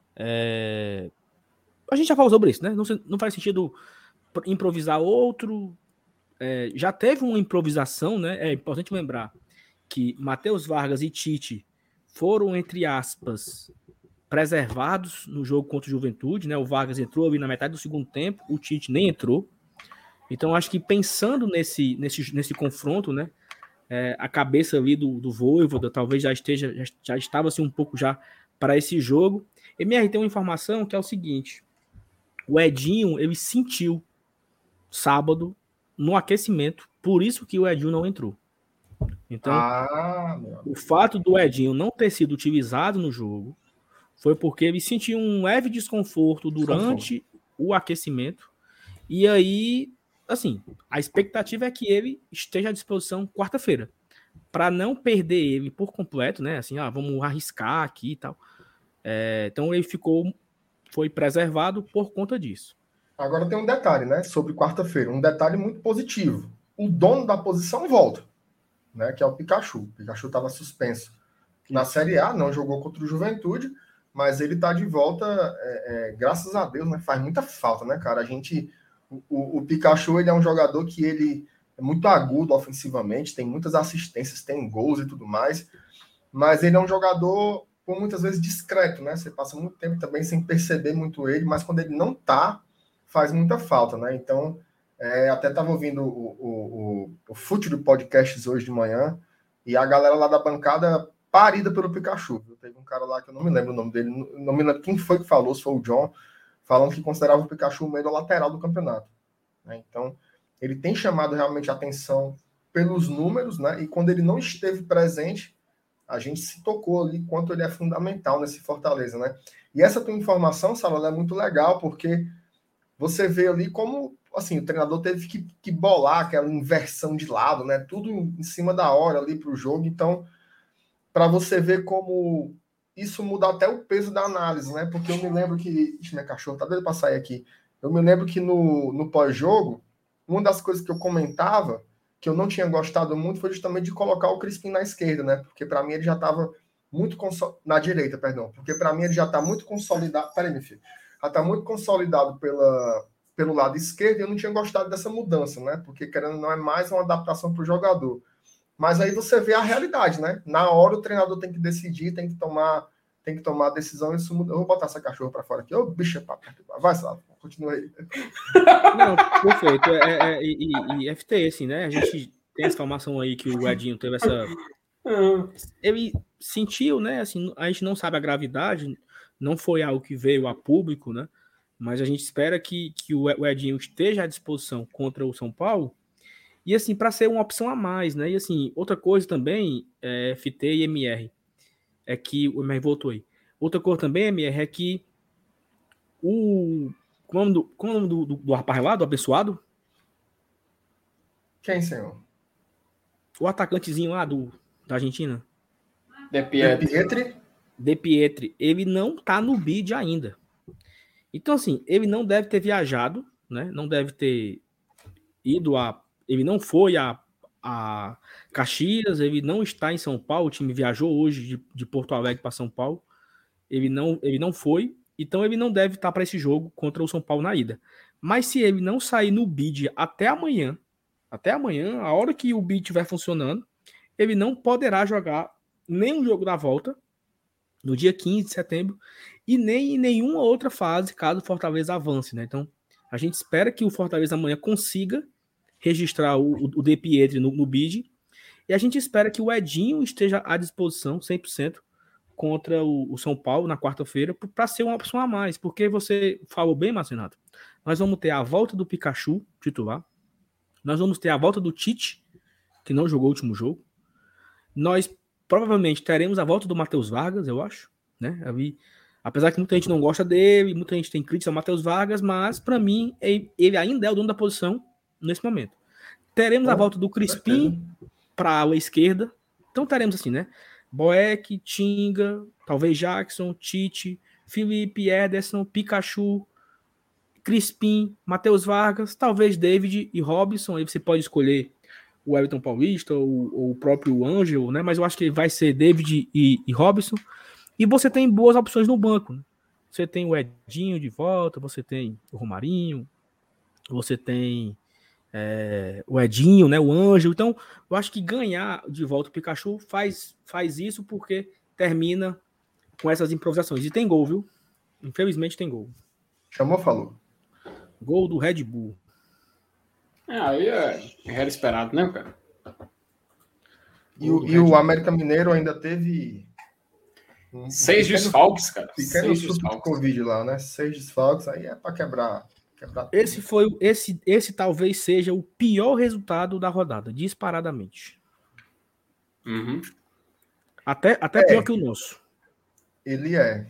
A gente já falou sobre isso, né? Não faz sentido improvisar outro. Já teve uma improvisação, né? É importante lembrar que Matheus Vargas e Tite foram, entre aspas, preservados no jogo contra o Juventude, né? O Vargas entrou ali na metade do segundo tempo, o Tite nem entrou. Então, acho que pensando nesse confronto, né? A cabeça ali do Vojvoda talvez já estava assim, um pouco já para esse jogo. MR, tem uma informação que é o seguinte: o Edinho, ele sentiu sábado no aquecimento, por isso que o Edinho não entrou. Então, o fato do Edinho não ter sido utilizado no jogo foi porque ele sentiu um leve desconforto durante o aquecimento. E aí, assim, a expectativa é que ele esteja à disposição quarta-feira, para não perder ele por completo, né? Assim, vamos arriscar aqui e tal. Então ele foi preservado por conta disso. Agora tem um detalhe, né? Sobre quarta-feira, um detalhe muito positivo. O dono da posição volta, né? Que é o Pikachu. O Pikachu estava suspenso na Série A, não jogou contra o Juventude, mas ele tá de volta, graças a Deus, né? Faz muita falta, né, cara? O Pikachu, ele é um jogador que ele é muito agudo ofensivamente, tem muitas assistências, tem gols e tudo mais, mas ele é um jogador, por muitas vezes, discreto, né? Você passa muito tempo também sem perceber muito ele, mas quando ele não tá, faz muita falta, né? Então, até tava ouvindo o Fute do Podcasts hoje de manhã, e a galera lá da bancada parida pelo Pikachu. Teve um cara lá que eu não me lembro o nome dele, não me lembro quem foi que falou, se foi o John, falando que considerava o Pikachu o meio lateral do campeonato. Né? Então, ele tem chamado realmente a atenção pelos números, né? E quando ele não esteve presente, a gente se tocou ali quanto ele é fundamental nesse Fortaleza, né? E essa tua informação, Sala, é muito legal, porque você vê ali como, assim, o treinador teve que bolar aquela inversão de lado, né? Tudo em cima da hora ali para o jogo. Então, para você ver como isso muda até o peso da análise, né? Porque eu me lembro que... Ixi, minha cachorra tá doido para sair aqui. Eu me lembro que no pós-jogo, uma das coisas que eu comentava, que eu não tinha gostado muito, foi justamente de colocar o Crispim na esquerda, né? Porque para mim ele já estava muito... Na direita, perdão. Porque para mim ele já está muito consolidado... Peraí, meu filho. Já está muito consolidado pelo lado esquerdo e eu não tinha gostado dessa mudança, né? Porque, querendo ou não, é mais uma adaptação para o jogador. Mas aí você vê a realidade, né? Na hora o treinador tem que decidir, tem que tomar a decisão. Isso muda. Eu vou botar essa cachorra para fora aqui. Ô, bicho, vai, Sala, continua aí. Não, perfeito. E FT, assim, né? A gente tem essa informação aí que o Edinho teve essa... Ele sentiu, né? Assim, a gente não sabe a gravidade, não foi algo que veio a público, né? Mas a gente espera que o Edinho esteja à disposição contra o São Paulo. E assim, para ser uma opção a mais, né? E assim, outra coisa também, FT e MR, é que o MR voltou aí. Outra coisa também, MR, é que Qual é o nome do rapaz lá, do abençoado? Quem, senhor? O atacantezinho lá da Argentina. De Pietri. Ele não tá no bid ainda. Então, assim, ele não deve ter viajado, né? Não deve ter ido ele não foi a Caxias, ele não está em São Paulo, o time viajou hoje de Porto Alegre para São Paulo, ele não foi, então ele não deve estar para esse jogo contra o São Paulo na ida. Mas se ele não sair no bid até amanhã, a hora que o bid estiver funcionando, ele não poderá jogar nem o jogo da volta, no dia 15 de setembro, e nem em nenhuma outra fase, caso o Fortaleza avance, né? Então, a gente espera que o Fortaleza amanhã consiga registrar o De Pietri no bid, e a gente espera que o Edinho esteja à disposição 100% contra o São Paulo na quarta-feira, para ser uma opção a mais, porque você falou bem, Marcinato, nós vamos ter a volta do Pikachu titular, nós vamos ter a volta do Tite, que não jogou o último jogo, nós provavelmente teremos a volta do Matheus Vargas, eu acho, né? Apesar que muita gente não gosta dele, muita gente tem crítica ao Matheus Vargas, mas para mim ele ainda é o dono da posição nesse momento. Teremos a volta do Crispim para a esquerda, então teremos assim, né? Boeck, Tinga, talvez Jackson, Tite, Felipe, Ederson, Pikachu, Crispim, Matheus Vargas, talvez David e Robson, aí você pode escolher o Everton Paulista ou o próprio Ângelo, né? Mas eu acho que vai ser David e Robson. E você tem boas opções no banco, né? Você tem o Edinho de volta, você tem o Romarinho, você tem o Edinho, né? O Ângelo. Então, eu acho que ganhar de volta o Pikachu faz isso porque termina com essas improvisações. E tem gol, viu? Infelizmente tem gol. Chamou, falou. Gol do Red Bull. Aí era esperado, né, cara? E o América Mineiro ainda teve 6 desfalques, cara. Pequeno surto de Covid lá, né? 6 desfalques, aí é para quebrar esse talvez seja o pior resultado da rodada, disparadamente. Uhum. Até pior que o nosso. Ele é.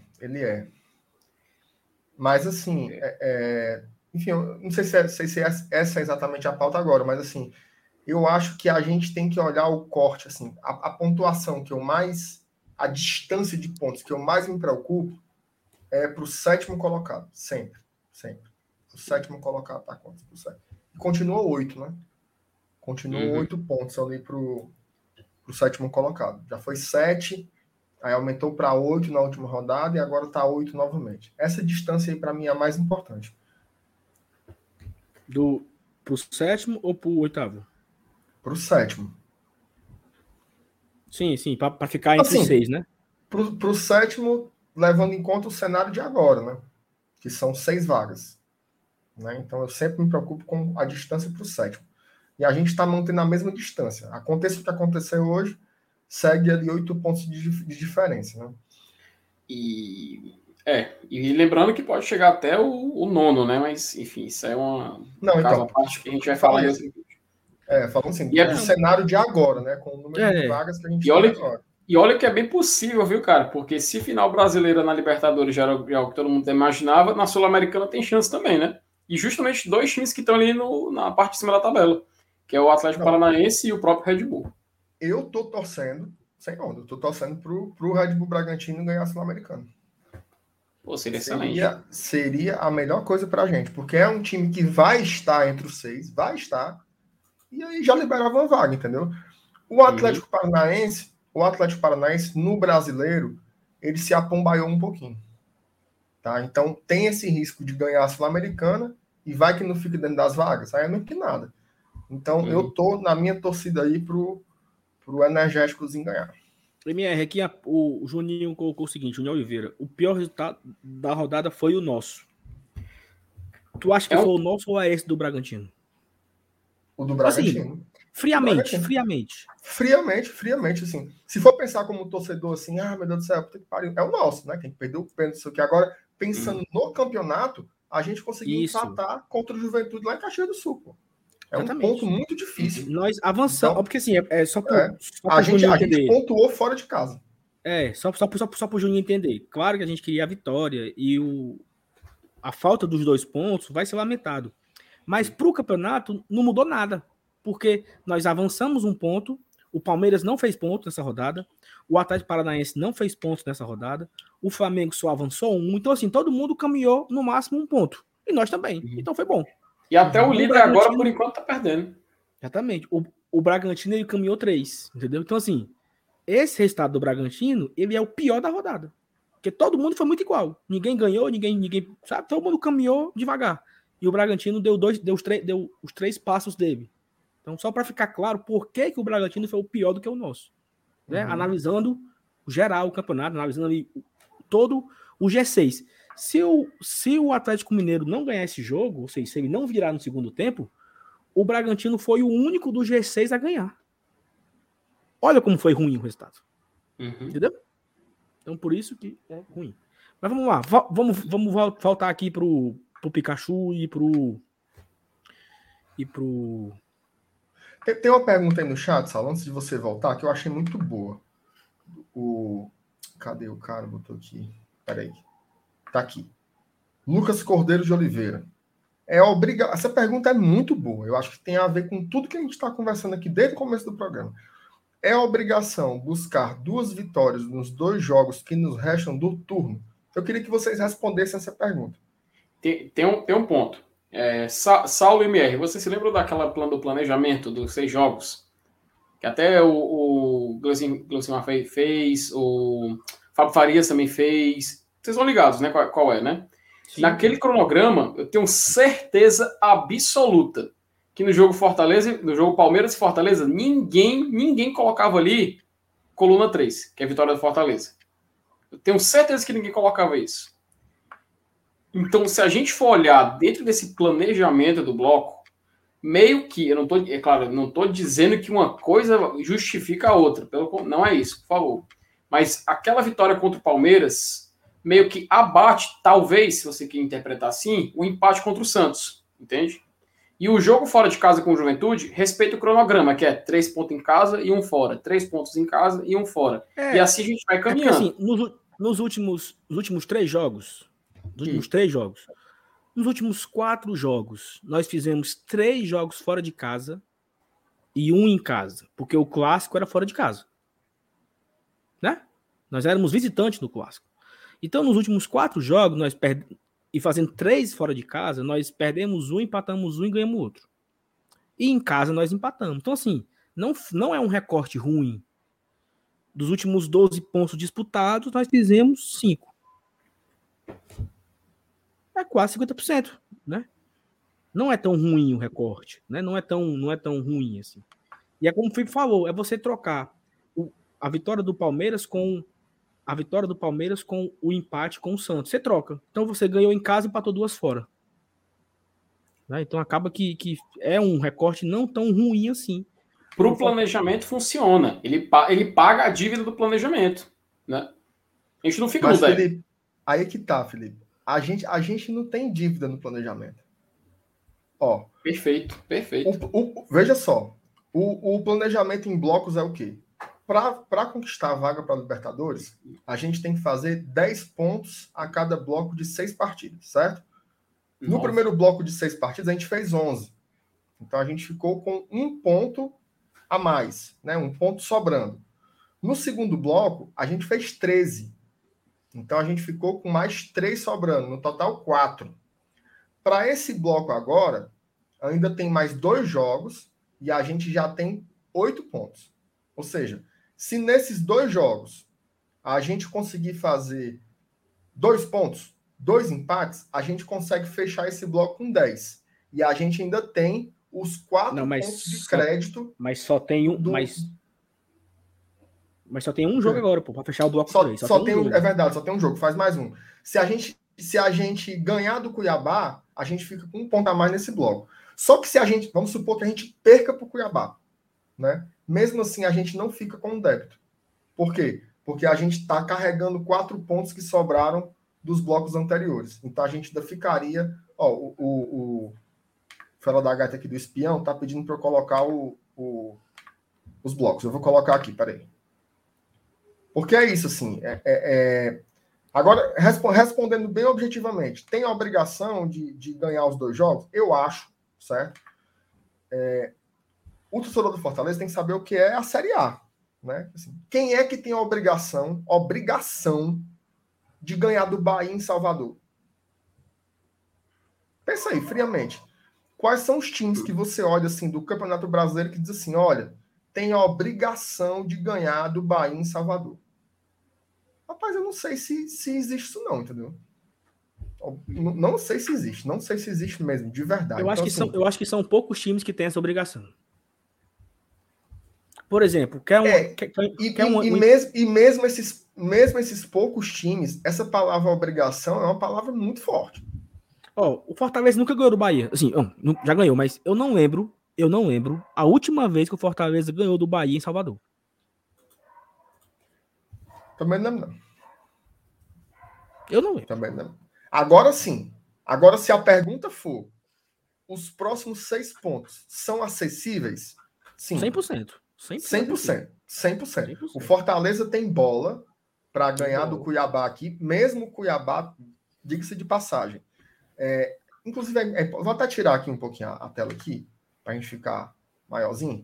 Mas assim, enfim, eu não sei se essa é exatamente a pauta agora, mas assim, eu acho que a gente tem que olhar o corte, assim, a pontuação que eu mais, a distância de pontos que eu mais me preocupo é para o 7º colocado, sempre. O 7º colocado tá contra o 7º. Continua 8, né? Continua 8 pontos ali para o 7º colocado. Já foi 7, aí aumentou para 8 na última rodada e agora está 8 novamente. Essa distância aí para mim é a mais importante. Pro 7º ou pro 8º? Pro 7º. Sim, para ficar entre assim, 6, né? Pro 7º, levando em conta o cenário de agora, né? Que são 6 vagas. Né? Então eu sempre me preocupo com a distância pro 7º. E a gente está mantendo a mesma distância. Aconteça o que aconteceu hoje, segue ali 8 pontos de diferença, né? E lembrando que pode chegar até o 9º, né? Mas, enfim, isso é então, parte que a gente vai falar em outro vídeo. Falando assim, do cenário de agora, né? Com o número de vagas que a gente tem agora. E olha que é bem possível, viu, cara? Porque se final brasileira na Libertadores já era o que todo mundo imaginava, na Sul-Americana tem chance também, né? E justamente 2 times que estão ali na parte de cima da tabela, que é o Atlético Paranaense e o próprio Red Bull. Eu tô torcendo, sem onda, eu tô torcendo pro Red Bull Bragantino ganhar a Sul-Americana. Pô, seria excelente. Seria a melhor coisa pra gente, porque é um time que vai estar entre os 6, vai estar, e aí já liberava uma vaga, entendeu? O Atlético Paranaense no brasileiro, ele se apombaiou um pouquinho. Tá? Então tem esse risco de ganhar a Sul-Americana e vai que não fica dentro das vagas, aí é não que nada. Então eu tô na minha torcida aí pro Energéticozinho ganhar. MR, aqui o Juninho colocou o seguinte, Juninho Oliveira, o pior resultado da rodada foi o nosso. Tu acha que foi o nosso ou é esse do Bragantino? O do Bragantino. Assim, friamente. Friamente, assim. Se for pensar como torcedor, assim, meu Deus do céu, puta que pariu, é o nosso, né? Quem perdeu o pênalti, isso aqui. Agora, pensando no campeonato, a gente conseguiu empatar contra o Juventude lá em Caxias do Sul, pô. É exatamente. Um ponto muito difícil. Nós avançamos, porque assim, só para a gente pontuou fora de casa. Só para o Juninho entender. Claro que a gente queria a vitória e a falta dos 2 pontos vai ser lamentado. Mas para o campeonato não mudou nada, porque nós avançamos 1 ponto, o Palmeiras não fez ponto nessa rodada, o Atlético Paranaense não fez pontos nessa rodada, o Flamengo só avançou 1, então assim, todo mundo caminhou no máximo 1 ponto, e nós também, então foi bom. E até o líder agora, por enquanto, tá perdendo. Exatamente, o Bragantino ele caminhou 3, entendeu? Então assim, esse resultado do Bragantino, ele é o pior da rodada, porque todo mundo foi muito igual, ninguém ganhou, ninguém sabe, todo mundo caminhou devagar. E o Bragantino deu os 3 passos dele. Então, só para ficar claro por que o Bragantino foi o pior do que o nosso. Né? Analisando geral o campeonato, analisando ali todo o G6. Se o Atlético Mineiro não ganhar esse jogo, ou seja, se ele não virar no segundo tempo, o Bragantino foi o único do G6 a ganhar. Olha como foi ruim o resultado. Entendeu? Então, por isso que é ruim. Mas vamos lá. Vamos voltar aqui pro Pikachu e pro... Tem uma pergunta aí no chat, Saulo, antes de você voltar, que eu achei muito boa. Cadê o cara? Botou aqui. Peraí. Tá aqui. Lucas Cordeiro de Oliveira. Essa pergunta é muito boa. Eu acho que tem a ver com tudo que a gente está conversando aqui desde o começo do programa. É obrigação buscar 2 vitórias nos 2 jogos que nos restam do turno? Eu queria que vocês respondessem essa pergunta. Tem um ponto. Saulo MR, você se lembra do planejamento dos 6 jogos? Que até o Gleucimar fez, o Fábio Farias também fez. Vocês estão ligados, né? Qual é, né? Sim. Naquele cronograma, eu tenho certeza absoluta que no jogo Palmeiras e Fortaleza, ninguém colocava ali coluna 3, que é a vitória do Fortaleza. Eu tenho certeza que ninguém colocava isso. Então, se a gente for olhar dentro desse planejamento do bloco, meio que, eu não estou dizendo que uma coisa justifica a outra, não é isso, por favor. Mas aquela vitória contra o Palmeiras, meio que abate, talvez, se você quer interpretar assim, o empate contra o Santos, entende? E o jogo fora de casa com o Juventude respeita o cronograma, que é 3 pontos em casa e 1 fora, 3 pontos em casa e 1 fora. E assim a gente vai caminhando. Porque, assim, nos últimos 3 jogos, nos últimos 4 jogos, nós fizemos 3 jogos fora de casa e 1 em casa, porque o clássico era fora de casa. Né? Nós éramos visitantes no clássico. Então, nos últimos 4 jogos, e fazendo 3 fora de casa, nós perdemos 1, empatamos 1 e ganhamos outro. E em casa nós empatamos. Então, assim, não é um recorte ruim. Dos últimos 12 pontos disputados, nós fizemos 5. É quase 50%, né? Não é tão ruim o recorte, né? Não é tão ruim assim. E é como o Felipe falou, é você trocar a vitória do Palmeiras com o empate com o Santos. Você troca. Então você ganhou em casa e empatou 2 fora. Né? Então acaba que é um recorte não tão ruim assim. Para o planejamento funciona. Ele paga a dívida do planejamento. Né? A gente não fica no débito. Felipe, aí é que tá, Felipe. A gente não tem dívida no planejamento. Ó, perfeito. Veja só. O planejamento em blocos é o quê? Para conquistar a vaga para a Libertadores, a gente tem que fazer 10 pontos a cada bloco de 6 partidas, certo? No primeiro bloco de 6 partidas, a gente fez 11. Então, a gente ficou com 1 ponto a mais, né? 1 ponto sobrando. No segundo bloco, a gente fez 13. Então, a gente ficou com mais 3 sobrando. No total, 4. Para esse bloco agora, ainda tem mais 2 jogos e a gente já tem 8 pontos. Ou seja, se nesses 2 jogos a gente conseguir fazer 2 pontos, 2 empates, a gente consegue fechar esse bloco com 10. E a gente ainda tem os 4 pontos de crédito. Mas só tem um. Mas só tem um jogo agora, pô, para fechar o bloco 3. É verdade, só tem um jogo, faz mais um. Se a gente ganhar do Cuiabá, a gente fica com 1 ponto a mais nesse bloco. Só que vamos supor que a gente perca para o Cuiabá, né? Mesmo assim, a gente não fica com um débito. Por quê? Porque a gente está carregando 4 pontos que sobraram dos blocos anteriores. Então, a gente ainda ficaria... Ó, o Fela da Gata aqui do Espião está pedindo para eu colocar os blocos. Eu vou colocar aqui, peraí. Porque é isso, assim. Agora, respondendo bem objetivamente, tem a obrigação de ganhar os 2 jogos? Eu acho, certo? O torcedor do Fortaleza tem que saber o que é a Série A, né? Assim, quem é que tem a obrigação de ganhar do Bahia em Salvador? Pensa aí, friamente. Quais são os times que você olha assim do Campeonato Brasileiro que diz assim, olha, tem a obrigação de ganhar do Bahia em Salvador? Rapaz, eu não sei se existe isso não, entendeu? Não sei se existe. Não sei se existe mesmo, de verdade. Eu acho, então, eu acho que são poucos times que têm essa obrigação. Por exemplo, mesmo esses poucos times, essa palavra obrigação é uma palavra muito forte. O Fortaleza nunca ganhou do Bahia. Assim, já ganhou, mas eu não lembro a última vez que o Fortaleza ganhou do Bahia em Salvador. Também não. Eu não lembro. Também não. Agora sim. Agora, se a pergunta for os próximos 6 pontos são acessíveis? Sim. 100%. 100%. O Fortaleza tem bola para ganhar do Cuiabá aqui, mesmo o Cuiabá, diga-se de passagem. Inclusive, vou até tirar aqui um pouquinho a tela aqui, para a gente ficar maiorzinho.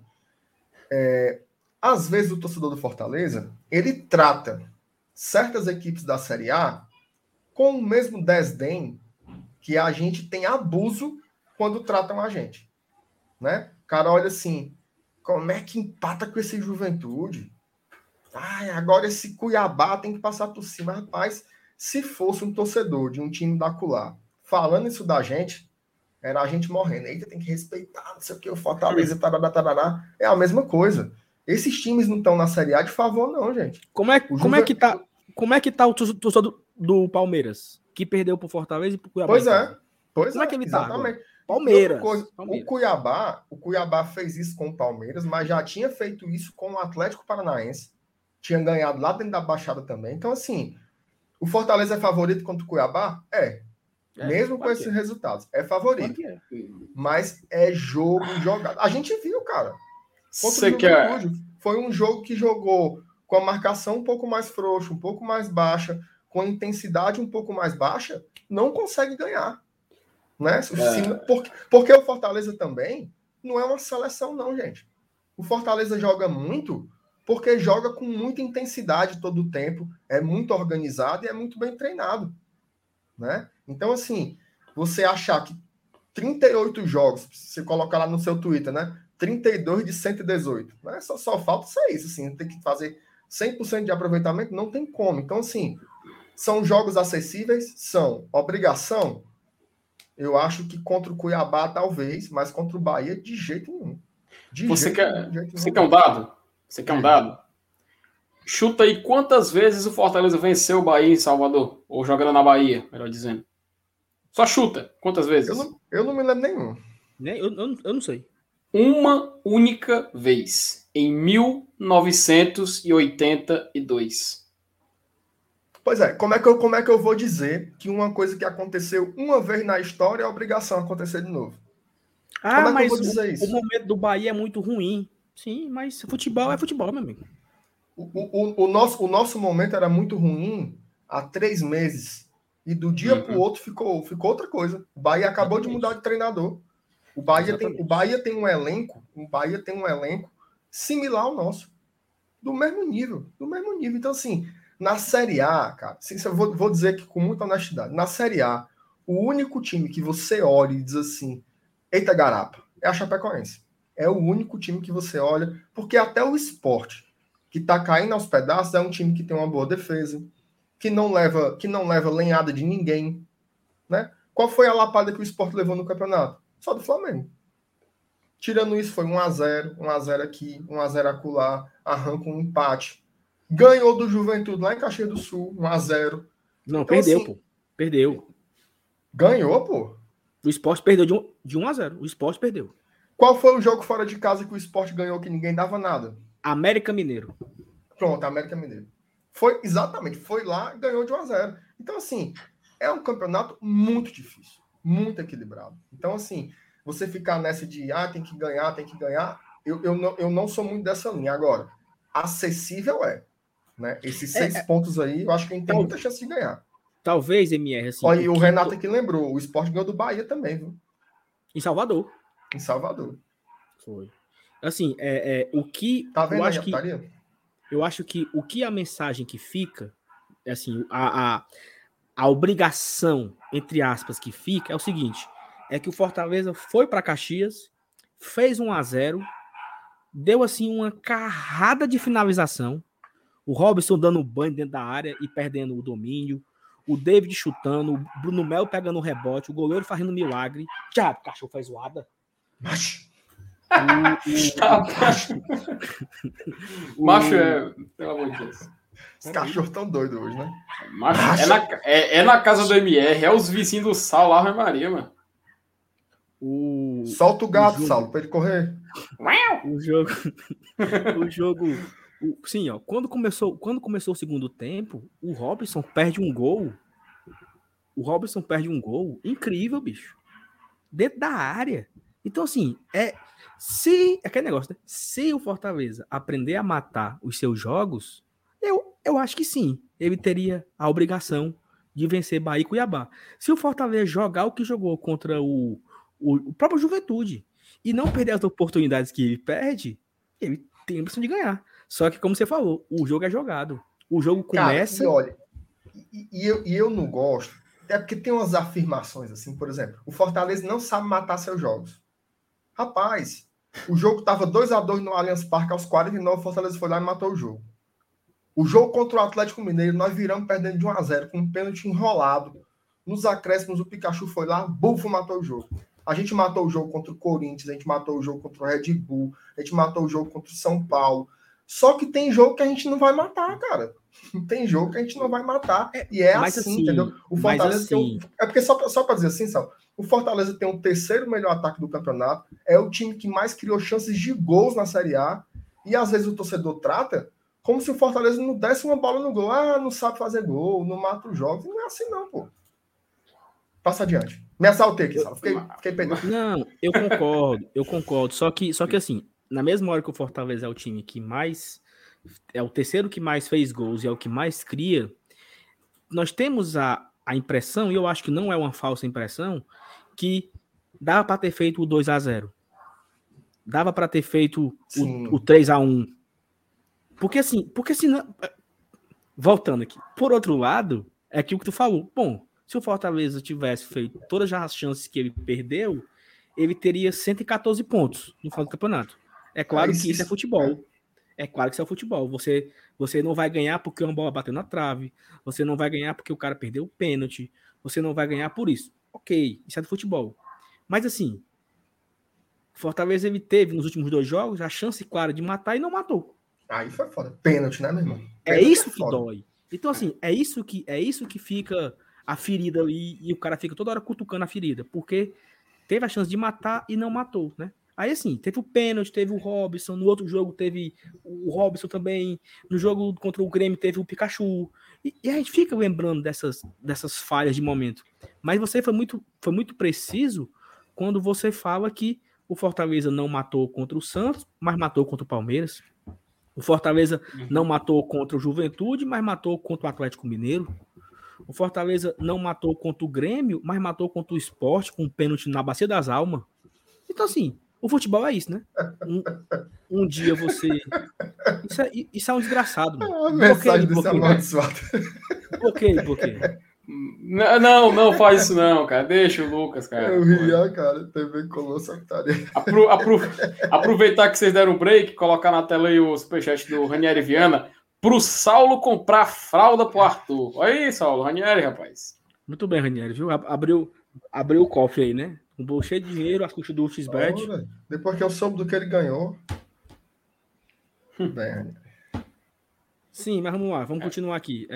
Às vezes o torcedor do Fortaleza, ele trata certas equipes da Série A com o mesmo desdém que a gente tem abuso quando tratam a gente. Né? O cara olha assim, como é que empata com esse Juventude? Agora esse Cuiabá tem que passar por cima. Rapaz, se fosse um torcedor de um time da Acolá falando isso da gente, era a gente morrendo. Eita, tem que respeitar, não sei o que, o Fortaleza, tarará. É a mesma coisa. Esses times não estão na Série A de favor, não, gente. Como é que tá o torcedor do Palmeiras, que perdeu pro Fortaleza e pro Cuiabá? Como é que ele exatamente. Tá Palmeiras. O Cuiabá fez isso com o Palmeiras, mas já tinha feito isso com o Atlético Paranaense. Tinha ganhado lá dentro da Baixada também. Então, assim, o Fortaleza é favorito contra o Cuiabá? Mesmo com esses resultados. É favorito. Mas é jogo jogado. A gente viu, cara. Contra o Juventude. Foi um jogo que jogou com a marcação um pouco mais frouxa, um pouco mais baixa, com a intensidade um pouco mais baixa, não consegue ganhar. Né? Porque o Fortaleza também não é uma seleção, não, gente. O Fortaleza joga muito porque joga com muita intensidade todo o tempo, é muito organizado e é muito bem treinado. Né? Então, assim, você achar que 38 jogos, você colocar lá no seu Twitter, né? 32 de 118. Né? Só falta ser isso, assim, tem que fazer 100% de aproveitamento, não tem como. Então, assim, são jogos acessíveis, são obrigação. Eu acho que contra o Cuiabá, talvez, mas contra o Bahia, de jeito nenhum. Você quer um dado? Você quer um dado? Chuta aí quantas vezes o Fortaleza venceu o Bahia em Salvador. Ou jogando na Bahia, melhor dizendo. Só chuta. Quantas vezes? Eu não me lembro nenhum. Eu não sei. Uma única vez. Em 1982. Pois é, como é que eu vou dizer que uma coisa que aconteceu uma vez na história é obrigação acontecer de novo? Mas o momento do Bahia é muito ruim. Sim, mas futebol é futebol, meu amigo. O nosso momento era muito ruim há 3 meses. E do dia para o outro ficou outra coisa. O Bahia acabou de mudar de treinador. O Bahia tem um elenco similar ao nosso. Do mesmo nível. Então, assim, na Série A, cara, eu vou dizer aqui com muita honestidade, na Série A, o único time que você olha e diz assim, eita garapa, é a Chapecoense. É o único time que você olha, porque até o Sport, que tá caindo aos pedaços, é um time que tem uma boa defesa, que não leva lenhada de ninguém, né? Qual foi a lapada que o Sport levou no campeonato? Só do Flamengo. Tirando isso, foi 1-0, 1-0 aqui, 1-0 acolá, arranca um empate. Ganhou do Juventude lá em Caxias do Sul, 1-0. Não, então, perdeu, assim, pô. Perdeu. Ganhou, pô. O Sport perdeu de 1-0. O Sport perdeu. Qual foi o jogo fora de casa que o Sport ganhou que ninguém dava nada? América Mineiro. Pronto, América Mineiro. Foi lá e ganhou de 1-0. Então, assim, é um campeonato muito difícil, muito equilibrado. Então, assim, você ficar nessa de tem que ganhar, eu não sou muito dessa linha. Agora, acessível é. né? Esses 6 pontos aí, eu acho que a gente tem muita chance de ganhar. Talvez, MR, assim... Olha, e o Renato aqui lembrou, o Sport ganhou do Bahia também, viu? Em Salvador. Em Salvador. Foi. Assim, o que... Tá vendo aí a putaria? Eu acho que o que a mensagem que fica, assim, a obrigação, entre aspas, que fica é o seguinte, é que o Fortaleza foi para Caxias, fez 1-0, deu, assim, uma carrada de finalização, o Robson dando banho dentro da área e perdendo o domínio, o David chutando, o Bruno Melo pegando o rebote, o goleiro fazendo milagre. Já, o cachorro faz zoada. Macho, pelo amor de Deus. os cachorros tão doidos hoje, né? Macho, é na casa do MR, é os vizinhos do Saulo, Ave Maria, mano. Solta o gato, Saulo, pra ele correr. O jogo... Sim, ó, quando começou o segundo tempo, o Robson perde um gol. Incrível, bicho. Dentro da área. Então, assim, aquele negócio, né? Se o Fortaleza aprender a matar os seus jogos, eu acho que sim. Ele teria a obrigação de vencer Bahia e Cuiabá. Se o Fortaleza jogar o que jogou contra o próprio Juventude e não perder as oportunidades que ele perde, ele tem a opção de ganhar. Só que, como você falou, o jogo é jogado. O jogo começa... Cara, e olha, eu não gosto, é porque tem umas afirmações assim, por exemplo, o Fortaleza não sabe matar seus jogos. Rapaz, o jogo estava 2-2 no Allianz Parque, aos 49, o Fortaleza foi lá e matou o jogo. O jogo contra o Atlético Mineiro, nós viramos perdendo de 1-0, com um pênalti enrolado. Nos acréscimos, o Pikachu foi lá, bufo, matou o jogo. A gente matou o jogo contra o Corinthians, a gente matou o jogo contra o Red Bull, a gente matou o jogo contra o São Paulo. Só que tem jogo que a gente não vai matar, cara. Tem jogo que a gente não vai matar. E é assim, entendeu? O Fortaleza tem é porque só para dizer assim, Sal, o Fortaleza tem o terceiro melhor ataque do campeonato, é o time que mais criou chances de gols na Série A, e às vezes o torcedor trata como se o Fortaleza não desse uma bola no gol. Ah, não sabe fazer gol, não mata os jogos. Não é assim não, pô. Passa adiante. Me assaltei aqui, Sal. Fiquei pegando. Não, eu concordo. Só que assim, na mesma hora que o Fortaleza é o time que mais... É o terceiro que mais fez gols e é o que mais cria, nós temos a impressão, e eu acho que não é uma falsa impressão, que dava para ter feito o 2-0. Dava para ter feito o 3-1. Porque senão... Voltando aqui. Por outro lado, é aquilo que tu falou. Bom, se o Fortaleza tivesse feito todas as chances que ele perdeu, ele teria 114 pontos no final do campeonato. É claro que isso é futebol. É claro que isso é futebol. Você não vai ganhar porque uma bola bateu na trave. Você não vai ganhar porque o cara perdeu o pênalti. Você não vai ganhar por isso. Ok, isso é do futebol. Mas assim, Fortaleza ele teve nos últimos 2 jogos a chance clara de matar e não matou. Aí foi foda. Pênalti, né, meu irmão? É isso que dói. Então assim, é isso que fica a ferida ali e o cara fica toda hora cutucando a ferida. Porque teve a chance de matar e não matou, né? Aí, assim, teve o pênalti, teve o Robson, no outro jogo teve o Robson também, no jogo contra o Grêmio teve o Pikachu, e a gente fica lembrando dessas falhas de momento. Mas você foi muito preciso quando você fala que o Fortaleza não matou contra o Santos, mas matou contra o Palmeiras. O Fortaleza não matou contra o Juventude, mas matou contra o Atlético Mineiro. O Fortaleza não matou contra o Grêmio, mas matou contra o Sport com um pênalti na Bacia das Almas. Então, assim, o futebol é isso, né? Um dia você... Isso é um desgraçado, mano. A mensagem desse amaldiçoado. Por quê? Não faz isso não, cara. Deixa o Lucas, cara. Eu ria, cara. TV colou secretaria. Aproveitar que vocês deram um break, colocar na tela aí o superchat do Ranieri Viana, pro Saulo comprar fralda pro Arthur. Olha aí, Saulo. Ranieri, rapaz. Muito bem, Ranieri, viu? Abriu o cofre aí, né? Um bolo cheio de dinheiro, as custas do XBet. Depois que eu soube do que ele ganhou. Bem, sim, mas vamos lá, vamos continuar aqui.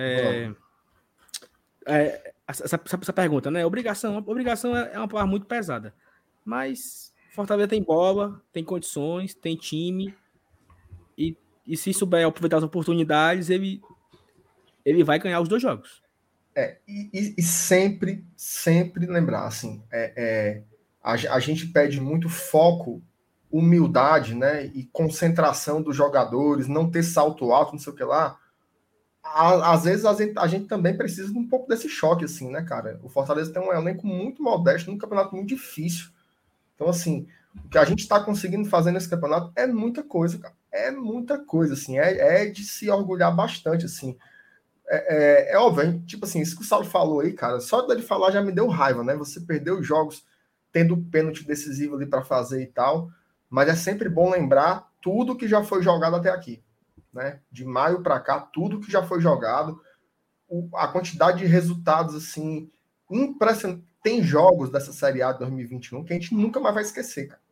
Essa pergunta, né? Obrigação é uma palavra muito pesada. Mas Fortaleza tem bola, tem condições, tem time. E se souber aproveitar as oportunidades, ele vai ganhar os 2 jogos. E sempre lembrar, assim, a gente pede muito foco, humildade, né, e concentração dos jogadores, não ter salto alto, não sei o que lá, às vezes a gente também precisa de um pouco desse choque, assim, né, cara? O Fortaleza tem um elenco muito modesto, num campeonato muito difícil. Então, assim, o que a gente está conseguindo fazer nesse campeonato é muita coisa, cara. É muita coisa, assim. É de se orgulhar bastante, assim. É óbvio, tipo assim, isso que o Saulo falou aí, cara, só dele falar já me deu raiva, né? Você perdeu os jogos tendo pênalti decisivo ali para fazer e tal, mas é sempre bom lembrar tudo que já foi jogado até aqui, né? De maio para cá, tudo que já foi jogado, a quantidade de resultados, assim, impressionante. Tem jogos dessa Série A de 2021 que a gente nunca mais vai esquecer, cara.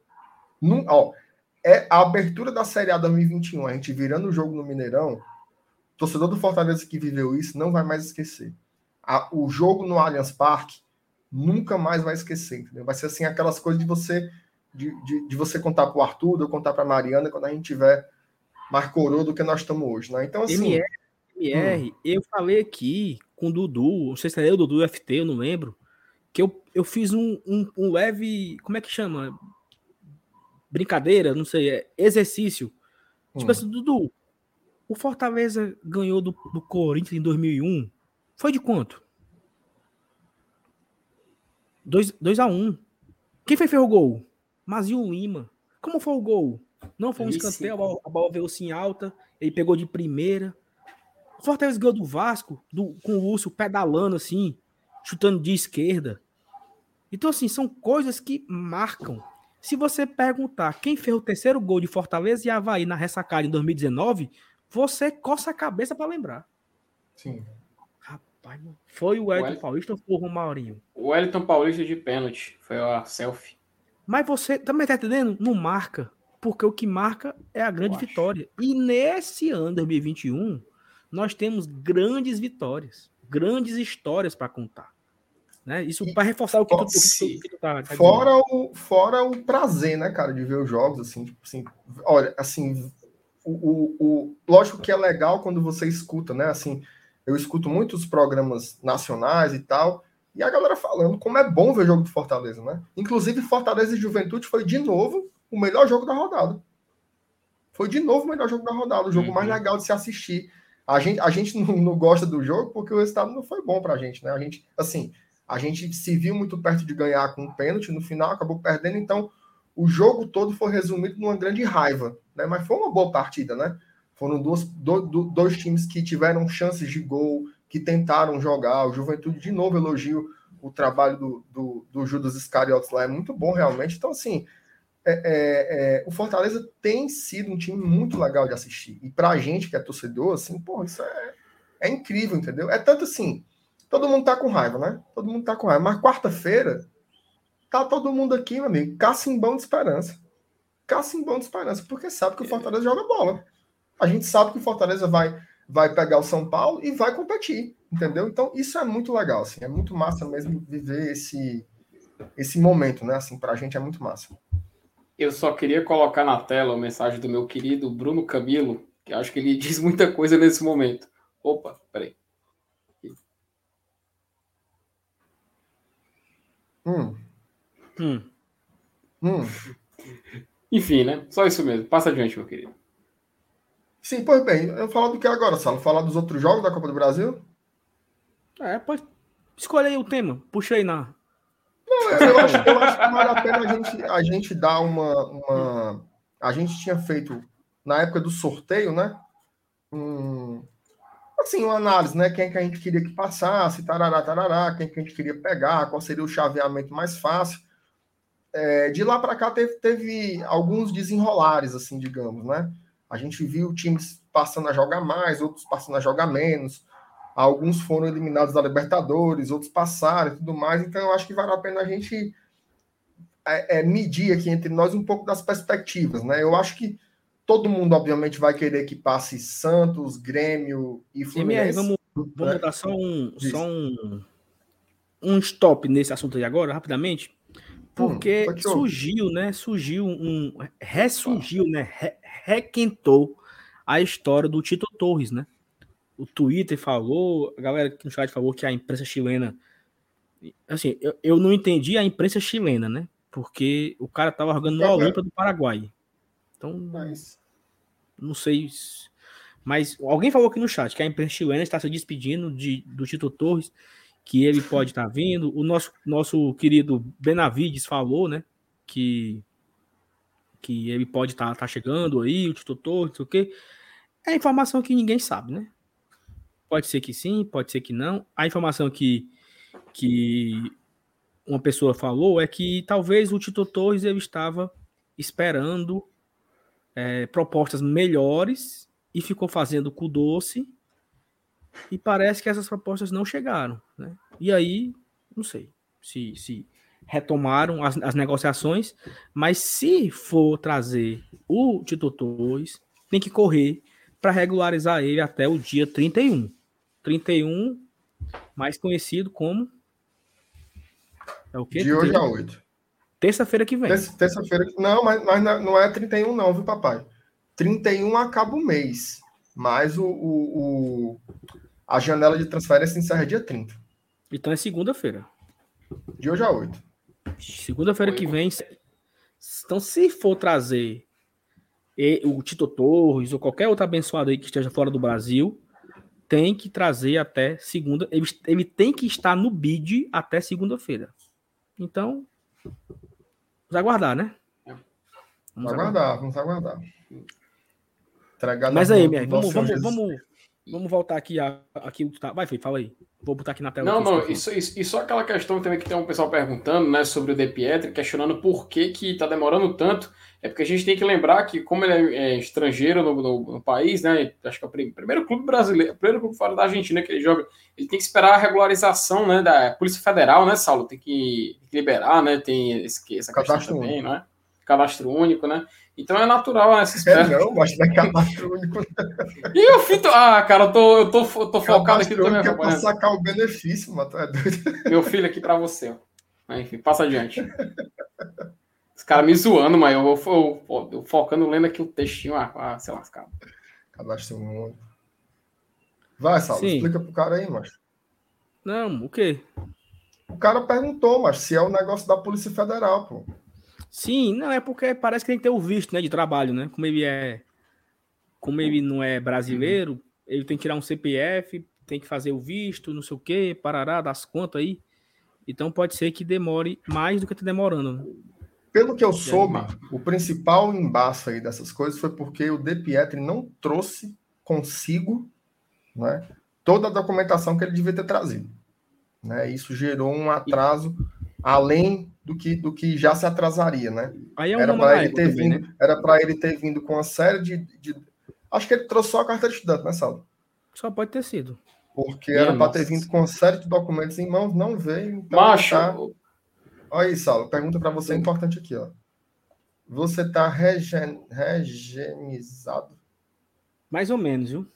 É a abertura da Série A 2021, a gente virando o jogo no Mineirão. Torcedor do Fortaleza que viveu isso não vai mais esquecer. O jogo no Allianz Parque nunca mais vai esquecer. Entendeu? Vai ser assim aquelas coisas de você contar para o Arthur, de eu contar para a Mariana quando a gente tiver mais coroa do que nós estamos hoje. Né? Então, assim. MR, eu falei aqui com o Dudu, não sei se é o Dudu FT, eu não lembro, que eu fiz um leve. Como é que chama? Brincadeira, não sei, exercício. Tipo assim, Dudu, o Fortaleza ganhou do Corinthians em 2001. Foi de quanto? 2-1. Quem fez o gol? Mazinho Lima. Como foi o gol? Não foi um escanteio, a bola veio assim alta, ele pegou de primeira. O Fortaleza ganhou do Vasco, com o Lúcio pedalando assim, chutando de esquerda. Então, assim, são coisas que marcam. Se você perguntar quem fez o terceiro gol de Fortaleza e Avaí na ressacada em 2019, você coça a cabeça para lembrar. Sim. Rapaz, mano. Foi o Wellington Paulista ou foi o Maurinho? O Wellington Paulista de pênalti. Foi a selfie. Mas você também tá entendendo? Não marca. Porque o que marca é a grande vitória. E nesse ano, 2021, nós temos grandes vitórias. Grandes histórias para contar. Né? Isso para reforçar o que tu tá fora o prazer, né, cara, de ver os jogos, assim, tipo assim, olha, assim, lógico que é legal quando você escuta, né, assim, eu escuto muitos programas nacionais e tal, e a galera falando como é bom ver o jogo do Fortaleza, né, inclusive Fortaleza e Juventude foi de novo o melhor jogo da rodada, o jogo mais legal de se assistir. A gente não gosta do jogo porque o resultado não foi bom pra gente, né, a gente se viu muito perto de ganhar com um pênalti, no final acabou perdendo, então o jogo todo foi resumido numa grande raiva, né? Mas foi uma boa partida, né? Foram dois times que tiveram chances de gol, que tentaram jogar. O Juventude, de novo, elogio o trabalho do Judas Iscariotes lá, é muito bom realmente. Então, assim, o Fortaleza tem sido um time muito legal de assistir. E pra gente que é torcedor, assim, pô, isso é incrível, entendeu? É tanto assim. Todo mundo tá com raiva, né? Todo mundo tá com raiva. Mas quarta-feira, tá todo mundo aqui, meu amigo, cacimbão de esperança. Cacimbão de esperança, porque sabe que o Fortaleza joga bola. A gente sabe que o Fortaleza vai pegar o São Paulo e vai competir, entendeu? Então, isso é muito legal, assim. É muito massa mesmo viver esse momento, né? Assim, pra gente é muito massa. Eu só queria colocar na tela a mensagem do meu querido Bruno Camilo, que acho que ele diz muita coisa nesse momento. Opa, peraí. Enfim, né? Só isso mesmo. Passa adiante, meu querido. Sim, pois bem. Eu falar do que agora, Salo? Falar dos outros jogos da Copa do Brasil? Pode escolher aí o tema. Puxa aí na... Não, eu acho que vale a pena a gente dar uma... A gente tinha feito, na época do sorteio, né? Assim, uma análise, né? Quem que a gente queria que passasse, tarará, quem que a gente queria pegar, qual seria o chaveamento mais fácil. De lá para cá teve alguns desenrolares, assim, digamos, né? A gente viu times passando a jogar mais, outros passando a jogar menos. Alguns foram eliminados da Libertadores, outros passaram e tudo mais. Então, eu acho que vale a pena a gente medir aqui entre nós um pouco das perspectivas, né? Eu acho que todo mundo, obviamente, vai querer que passe Santos, Grêmio e Fluminense. vamos botar só um stop nesse assunto aí agora, rapidamente. Porque ressurgiu, né? Requentou a história do Tito Torres, né? O Twitter falou, a galera aqui no chat falou que a imprensa chilena... Assim, eu não entendi a imprensa chilena, né? Porque o cara tava jogando no Olímpia do Paraguai. Então, não sei... Mas alguém falou aqui no chat que a imprensa chilena está se despedindo do Tito Torres, que ele pode estar vindo. O nosso querido Benavides falou, né? Que ele pode estar chegando aí, o Tito Torres, não sei o quê. É informação que ninguém sabe, né? Pode ser que sim, pode ser que não. A informação que uma pessoa falou é que talvez o Tito Torres ele estava esperando propostas melhores e ficou fazendo cu doce e parece que essas propostas não chegaram, né? E aí, não sei se retomaram as negociações, mas se for trazer o Tito Torres, tem que correr para regularizar ele até o dia 31. 31, mais conhecido como... É o quê? De hoje a 8. Terça-feira que vem. Terça-feira. Não, mas não é 31 não, viu, papai? 31 acaba o mês. Mas a janela de transferência encerra dia 30. Então é segunda-feira. De hoje a 8. Segunda-feira que vem. Então, se for trazer o Tito Torres ou qualquer outro abençoado aí que esteja fora do Brasil, tem que trazer até segunda. Ele tem que estar no bid até segunda-feira. Então, vamos aguardar, né? Vamos aguardar. Mas aí, vamos voltar aqui. Vai, Felipe, fala aí. Vou botar aqui na tela. Não, e só aquela questão também que tem um pessoal perguntando, né, sobre o De Pietri, questionando por que tá demorando tanto. É porque a gente tem que lembrar que, como ele é estrangeiro no país, né, acho que é o primeiro clube brasileiro, o primeiro clube fora da Argentina que ele joga, ele tem que esperar a regularização, né, da Polícia Federal, né, Saulo? Tem que liberar, né, tem essa questão também, né? Cadastro único, né? Então é natural essa espera. Não, mas não é cadastro único. E eu fico... cara, eu tô focado aqui também. É pra sacar o benefício, mas tu é doido. Meu filho aqui pra você, ó. Enfim, passa adiante. Os caras me zoando, mas eu focando, lendo aqui o textinho, sei lá, cara. Cadastro único. Vai, Saulo, explica pro cara aí, macho. Não, o quê? O cara perguntou, mas se é o negócio da Polícia Federal, pô. Sim, não, é porque parece que tem que ter o visto, né, de trabalho, né? Como ele não é brasileiro, ele tem que tirar um CPF, tem que fazer o visto, não sei o quê, parará, das contas aí. Então pode ser que demore mais do que tá demorando, né? Pelo que eu soube, o principal embaço aí dessas coisas foi porque o De Pietri não trouxe consigo, né, toda a documentação que ele devia ter trazido, né? Isso gerou um atraso além do que já se atrasaria, né? Aí era para ele ter vindo, né? Era para ele ter vindo com uma série de... Acho que ele trouxe só a carta de estudante, né, Saulo? Só pode ter sido. Porque era para ter vindo com uma série de documentos em mãos, não veio. Então Macho! Olha aí, Saulo, pergunta para você importante aqui, ó. Você está regenizado? Mais ou menos, viu?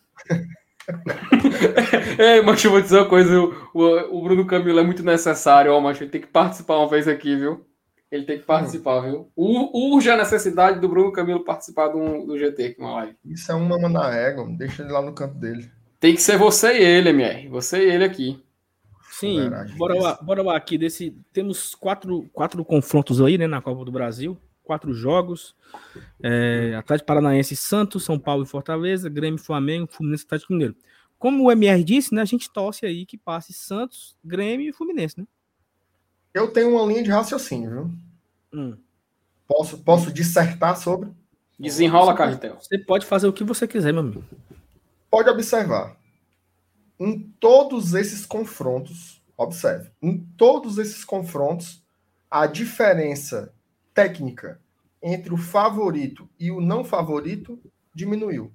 Mas eu vou dizer uma coisa, o Bruno Camilo é muito necessário, ó, mas ele tem que participar uma vez aqui, viu? Ele tem que participar, viu? Urge a necessidade do Bruno Camilo participar do GT aqui, uma live. Isso é uma na égua, deixa ele lá no canto dele. Tem que ser você e ele, MR. Você e ele aqui. Sim, bora lá aqui. Temos quatro confrontos aí, né, na Copa do Brasil. 4 jogos. Atlético Paranaense, Santos, São Paulo e Fortaleza, Grêmio, Flamengo, Fluminense e Atlético Mineiro. Como o MR disse, né, a gente torce aí que passe Santos, Grêmio e Fluminense, né? Eu tenho uma linha de raciocínio, viu? Posso dissertar sobre? Desenrola, Carretel. Você pode fazer o que você quiser, meu amigo. Pode observar. Em todos esses confrontos, observe, em todos esses confrontos, a diferença técnica entre o favorito e o não favorito diminuiu.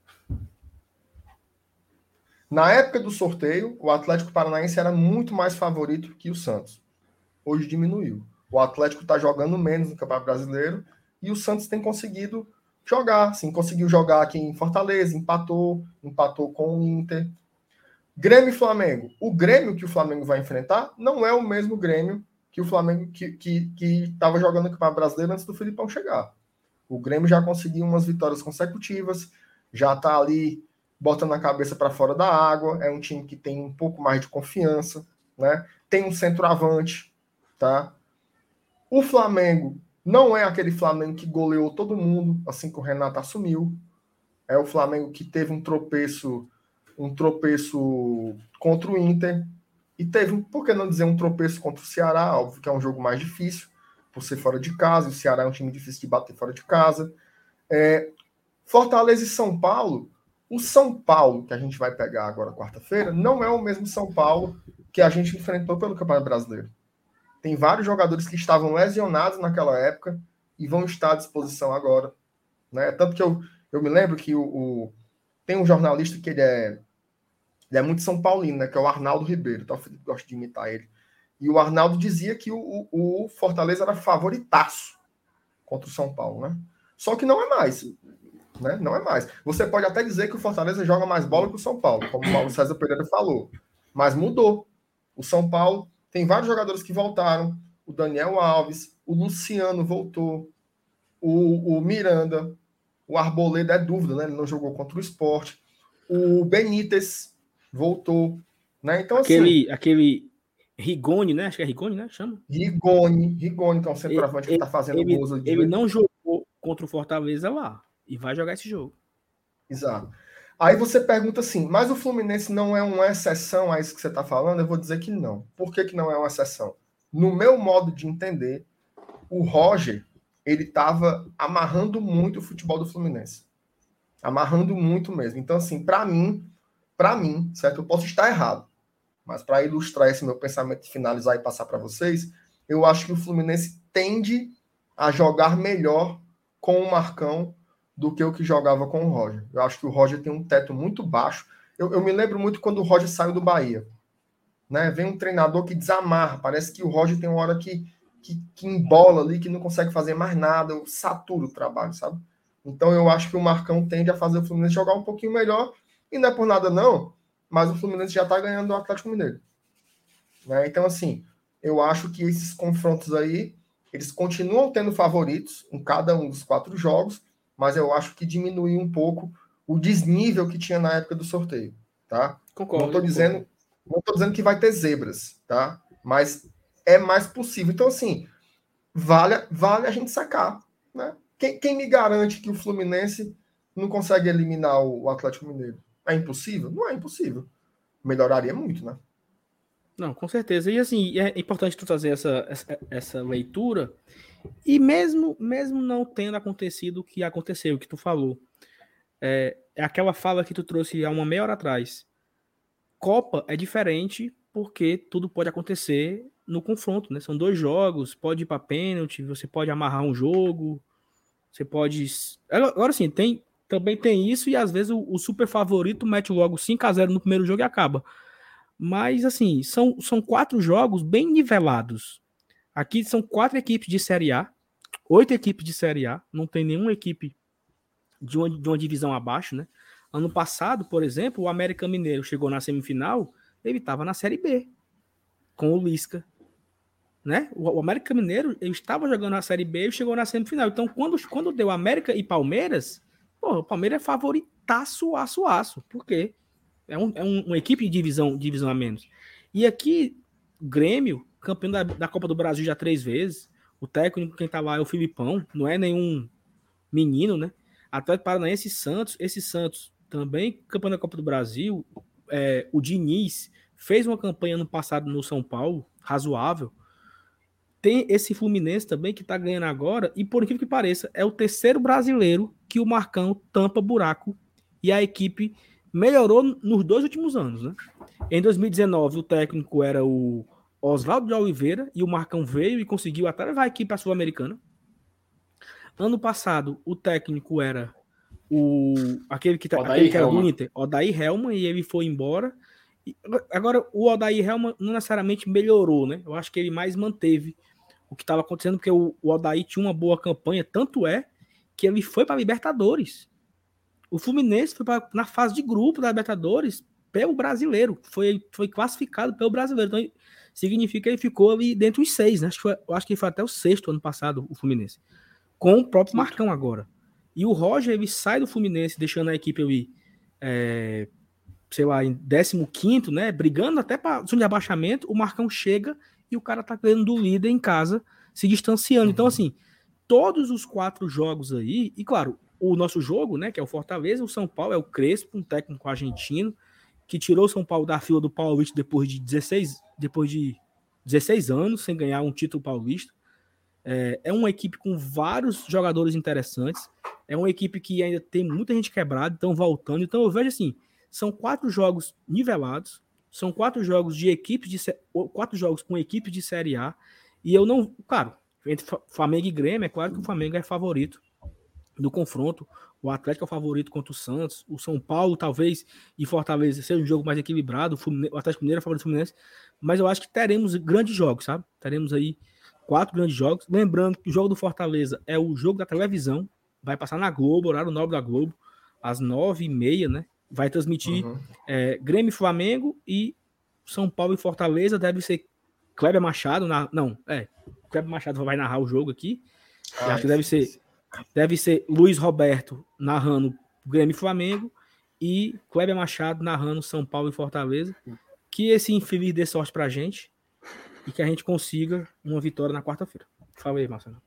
Na época do sorteio, o Atlético Paranaense era muito mais favorito que o Santos. Hoje diminuiu. O Atlético está jogando menos no Campeonato Brasileiro e o Santos tem conseguido jogar. Sim, conseguiu jogar aqui em Fortaleza, empatou com o Inter. Grêmio e Flamengo. O Grêmio que o Flamengo vai enfrentar não é o mesmo Grêmio que o Flamengo que estava jogando no Campeonato Brasileiro antes do Filipão chegar. O Grêmio já conseguiu umas vitórias consecutivas, já está ali botando a cabeça para fora da água, é um time que tem um pouco mais de confiança, né? Tem um centroavante, tá? O Flamengo não é aquele Flamengo que goleou todo mundo assim que o Renato assumiu. É o Flamengo que teve um tropeço contra o Inter e teve, por que não dizer, um tropeço contra o Ceará, óbvio que é um jogo mais difícil, por ser fora de casa, o Ceará é um time difícil de bater fora de casa. Fortaleza e São Paulo, o São Paulo que a gente vai pegar agora quarta-feira não é o mesmo São Paulo que a gente enfrentou pelo Campeonato Brasileiro. Tem vários jogadores que estavam lesionados naquela época e vão estar à disposição agora, né? Tanto que eu me lembro que tem um jornalista que ele é muito São Paulino, né? Que é o Arnaldo Ribeiro, tá? Eu gosto de imitar ele. E o Arnaldo dizia que o Fortaleza era favoritaço contra o São Paulo, né? Só que não é mais, né? Não é mais. Você pode até dizer que o Fortaleza joga mais bola que o São Paulo, como o Paulo César Pereira falou. Mas mudou. O São Paulo tem vários jogadores que voltaram. O Daniel Alves, o Luciano voltou, o Miranda, o Arboleda é dúvida, né? Ele não jogou contra o Sport. O Benítez voltou, né? Então, aquele Rigoni, né? Acho que é Rigoni, né? Chama? Rigoni, que é um centroavante que está fazendo gols. Ele não jogou contra o Fortaleza lá e vai jogar esse jogo. Exato. Aí você pergunta assim, mas o Fluminense não é uma exceção a isso que você está falando? Eu vou dizer que não. Por que não é uma exceção? No meu modo de entender, o Roger, ele estava amarrando muito o futebol do Fluminense. Amarrando muito mesmo. Então, assim, para mim, certo? Eu posso estar errado, mas para ilustrar esse meu pensamento e finalizar e passar para vocês, eu acho que o Fluminense tende a jogar melhor com o Marcão do que o que jogava com o Roger. Eu acho que o Roger tem um teto muito baixo. Eu me lembro muito quando o Roger saiu do Bahia. Né? Vem um treinador que desamarra. Parece que o Roger tem uma hora que embola ali, que não consegue fazer mais nada, satura o trabalho, sabe? Então eu acho que o Marcão tende a fazer o Fluminense jogar um pouquinho melhor, e não é por nada não, mas o Fluminense já está ganhando do Atlético Mineiro. Né? Então, assim, eu acho que esses confrontos aí, eles continuam tendo favoritos em cada um dos 4 jogos, mas eu acho que diminuiu um pouco o desnível que tinha na época do sorteio, tá? Concordo. Não estou dizendo que vai ter zebras, tá? Mas é mais possível. Então, assim, vale a gente sacar, né? Quem me garante que o Fluminense não consegue eliminar o Atlético Mineiro? É impossível? Não é impossível. Melhoraria muito, né? Não, com certeza. E assim, é importante tu trazer essa leitura. E mesmo não tendo acontecido o que aconteceu, o que tu falou, é aquela fala que tu trouxe há uma meia hora atrás. Copa é diferente porque tudo pode acontecer no confronto, né? São 2 jogos, pode ir para pênalti, você pode amarrar um jogo, você pode... Agora sim, também tem isso e às vezes o super favorito mete logo 5-0 no primeiro jogo e acaba. Mas assim, são 4 jogos bem nivelados. Aqui são 4 equipes de Série A, 8 equipes de Série A, não tem nenhuma equipe de uma divisão abaixo, né? Ano passado, por exemplo, o América Mineiro chegou na semifinal, ele estava na Série B, com o Lisca. Né? O América Mineiro ele estava jogando na Série B e chegou na semifinal. Então, quando deu América e Palmeiras, o Palmeiras é favoritaço, aço. Por quê? É uma equipe de divisão a menos. E aqui, Grêmio, campeão da Copa do Brasil já 3 vezes. O técnico, quem tá lá é o Filipão, não é nenhum menino, né? Atlético Paranaense e Santos. Esse Santos também, campeão da Copa do Brasil. O Diniz fez uma campanha no passado no São Paulo, razoável. Tem esse Fluminense também que tá ganhando agora, e por incrível que pareça, é o 3º brasileiro que o Marcão tampa buraco e a equipe melhorou nos 2 últimos anos, né? Em 2019, o técnico era o Oswaldo de Oliveira e o Marcão veio e conseguiu até levar a equipe para a Sul-Americana. Ano passado, o técnico era aquele que era do Inter, Odair Helman, e ele foi embora. Agora, o Odair Helman não necessariamente melhorou, né? Eu acho que ele mais manteve o que estava acontecendo, porque o Odair tinha uma boa campanha, tanto é que ele foi para a Libertadores. O Fluminense foi na fase de grupo da Libertadores pelo brasileiro, foi classificado pelo brasileiro, então significa que ele ficou ali dentro dos 6, né? Eu acho que ele foi até o 6º ano passado, o Fluminense, com o próprio Marcão agora. E o Roger, ele sai do Fluminense, deixando a equipe ali, sei lá, em 15º, né? Brigando até para zona de abaixamento, o Marcão chega e o cara tá ganhando do líder em casa, se distanciando. Então, assim, todos os 4 jogos aí, e claro, o nosso jogo, né, que é o Fortaleza, o São Paulo é o Crespo, um técnico argentino, que tirou o São Paulo da fila do Paulista depois de 16 anos, sem ganhar um título paulista. É uma equipe com vários jogadores interessantes, é uma equipe que ainda tem muita gente quebrada, estão voltando, então eu vejo assim, são 4 jogos nivelados, são 4 jogos de equipes 4 jogos com equipes de Série A, e eu não, claro, entre Flamengo e Grêmio, é claro que o Flamengo é favorito do confronto, o Atlético é o favorito contra o Santos, o São Paulo talvez e Fortaleza seja um jogo mais equilibrado, o Atlético Mineiro é o favorito do Fluminense, mas eu acho que teremos grandes jogos, sabe? Teremos aí 4 grandes jogos, lembrando que o jogo do Fortaleza é o jogo da televisão, vai passar na Globo, horário nobre da Globo, às 9h30, né? Vai transmitir Grêmio e Flamengo e São Paulo e Fortaleza, deve ser Kleber Machado, Kleber Machado vai narrar o jogo aqui, acho que deve ser Luiz Roberto narrando Grêmio e Flamengo e Kleber Machado narrando São Paulo e Fortaleza. Que esse infeliz dê sorte pra gente e que a gente consiga uma vitória na quarta-feira. Fala aí, Marcelo.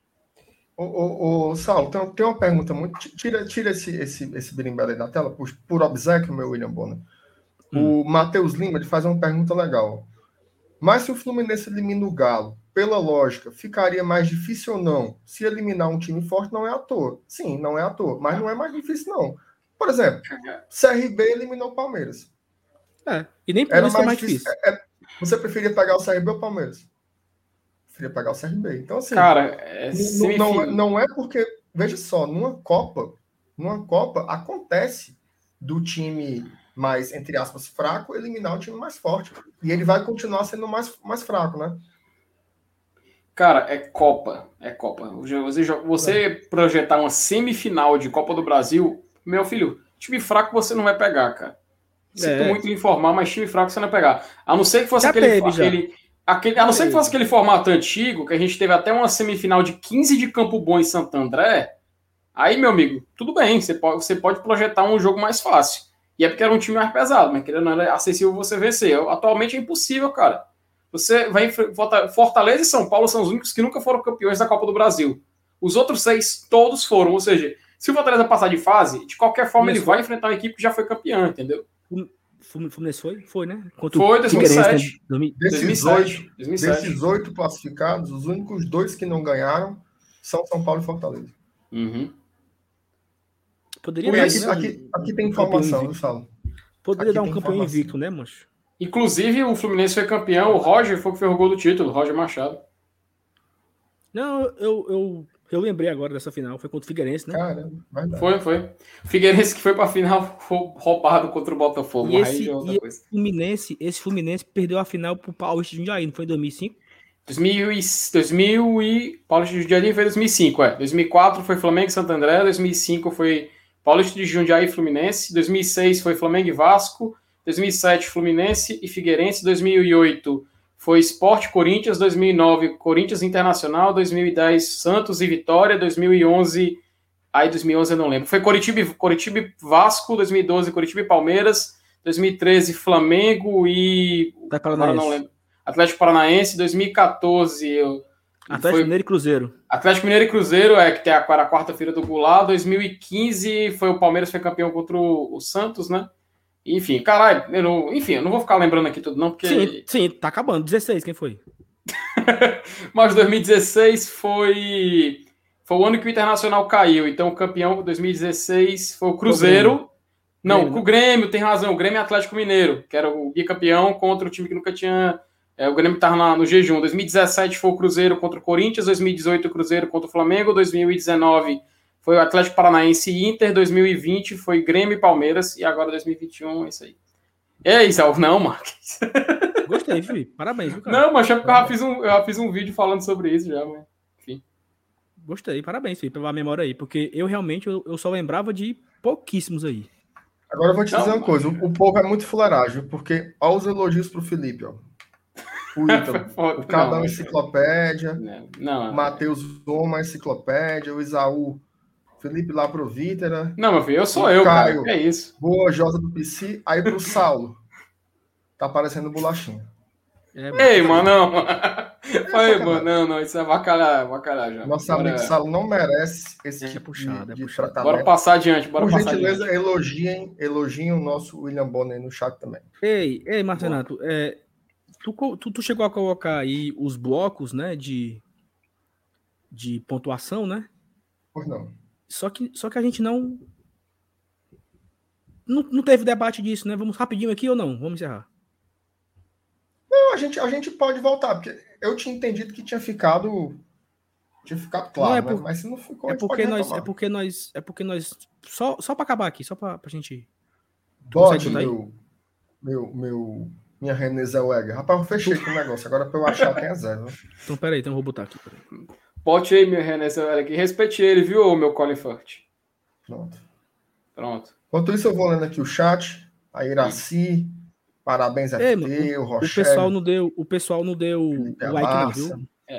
Saulo, tem uma pergunta muito... Tira esse berimbelo aí da tela, por obséquio, meu William Bonner. O Matheus Lima, ele faz uma pergunta legal. Mas se o Fluminense elimina o Galo, pela lógica, ficaria mais difícil ou não? Se eliminar um time forte, não é à toa. Sim, não é à toa, mas não é mais difícil, não. Por exemplo, CRB eliminou o Palmeiras. E nem por isso é mais difícil. Você preferia pegar o CRB ou o Palmeiras? Preferia pegar o CRB. Então, assim, cara, não é porque, veja só, numa Copa acontece do time mais, entre aspas, fraco, eliminar o time mais forte. E ele vai continuar sendo mais fraco, né? Cara, é Copa. Você projetar uma semifinal de Copa do Brasil, meu filho, time fraco você não vai pegar, cara. Sinto muito lhe informar, mas time fraco você não vai pegar. A não ser que fosse que fosse aquele formato antigo, que a gente teve até uma semifinal de 15 de Campo Bom em Santo André, aí, meu amigo, tudo bem, você pode projetar um jogo mais fácil. E é porque era um time mais pesado, mas querendo não era acessível você vencer. Atualmente é impossível, cara. Você vai Fortaleza e São Paulo são os únicos que nunca foram campeões da Copa do Brasil. Os outros 6, todos foram. Ou seja, se o Fortaleza passar de fase, de qualquer forma ele vai enfrentar uma equipe que já foi campeã, entendeu? Fluminense foi, né? Foi 2007. 2007. Desses 8 classificados, os únicos 2 que não ganharam são São Paulo e Fortaleza. Poderia aqui tem informação, viu, Saulo? Poderia dar um campeão invicto, né, mancho? Inclusive, o Fluminense foi campeão, o Roger foi o que fez o gol do título, o Roger Machado. Não, eu lembrei agora dessa final, foi contra o Figueirense, né? Cara, verdade. Foi. O Figueirense que foi pra final foi roubado contra o Botafogo. E esse Fluminense perdeu a final pro Paulista de Jundiaí, não foi em 2005? 2000 e Paulista de Jundiaí foi 2005, 2004 foi Flamengo e Santo André, 2005 foi Paulista de Jundiaí e Fluminense, 2006 foi Flamengo e Vasco, 2007 Fluminense e Figueirense, 2008 foi Sport Corinthians, 2009 Corinthians Internacional, 2010 Santos e Vitória, 2011 eu não lembro, foi Coritiba e Vasco, 2012 Coritiba e Palmeiras, 2013 Flamengo e agora não lembro, Atlético Paranaense, 2014 Atlético Mineiro e Cruzeiro. Atlético Mineiro e Cruzeiro, que tem a quarta-feira do Goulart. 2015 foi o Palmeiras foi campeão contra o Santos, né? Enfim, caralho, eu não vou ficar lembrando aqui tudo, não, porque... Sim, tá acabando. 16, quem foi? Mas 2016 foi o ano que o Internacional caiu, então o campeão de 2016 foi o Cruzeiro. O Grêmio, tem razão, o Grêmio e Atlético Mineiro, que era o bicampeão contra o time que nunca tinha... o Grêmio estava no jejum. 2017 foi o Cruzeiro contra o Corinthians, 2018 o Cruzeiro contra o Flamengo, 2019 foi o Atlético Paranaense e Inter, 2020 foi Grêmio e Palmeiras, e agora 2021 é isso aí. É isso, não, Marcos. Gostei, Felipe. Parabéns, cara. Não, mas eu já fiz um vídeo falando sobre isso já, mas enfim. Gostei, parabéns, Felipe, pela memória aí, porque eu realmente eu só lembrava de pouquíssimos aí. Agora eu vou te dizer uma coisa, o povo é muito fuleiragem, porque olha os elogios pro Felipe, ó. O Ítalo, o Cadão Enciclopédia, o Matheus Zoma Enciclopédia, o Isaú, Felipe lá pro Vítera. Não, meu filho, eu sou eu, Caio, cara, é isso. Boa Josa do PC, aí pro Saulo. Tá parecendo bolachinha. Ei, mano, não. Não, isso é bacalhar já. Nosso amigo Salo não merece esse tipo de tratamento. Bora passar adiante, Por gentileza, elogiem o nosso William Bonner no chat também. Ei, Marcenato, tu chegou a colocar aí os blocos, né, de pontuação, né? Pois não. Só que a gente não teve debate disso, né? Vamos rapidinho aqui ou não? Vamos encerrar. Não, a gente pode voltar, porque eu tinha entendido que tinha ficado claro, não, né? Mas se não ficou, é porque nós só para acabar aqui, só para a gente bote minha René Zellweger. Rapaz, eu fechei com o negócio, agora para eu achar quem é Zé, né? Então, peraí, então eu vou botar aqui. Bote aí, meu René Zellweger, respeite ele, viu, meu Colin Firth? Pronto. Enquanto isso, eu vou lendo aqui o chat, a Iraci... Parabéns, FT, o Rochelle. O pessoal não deu o like, não, viu?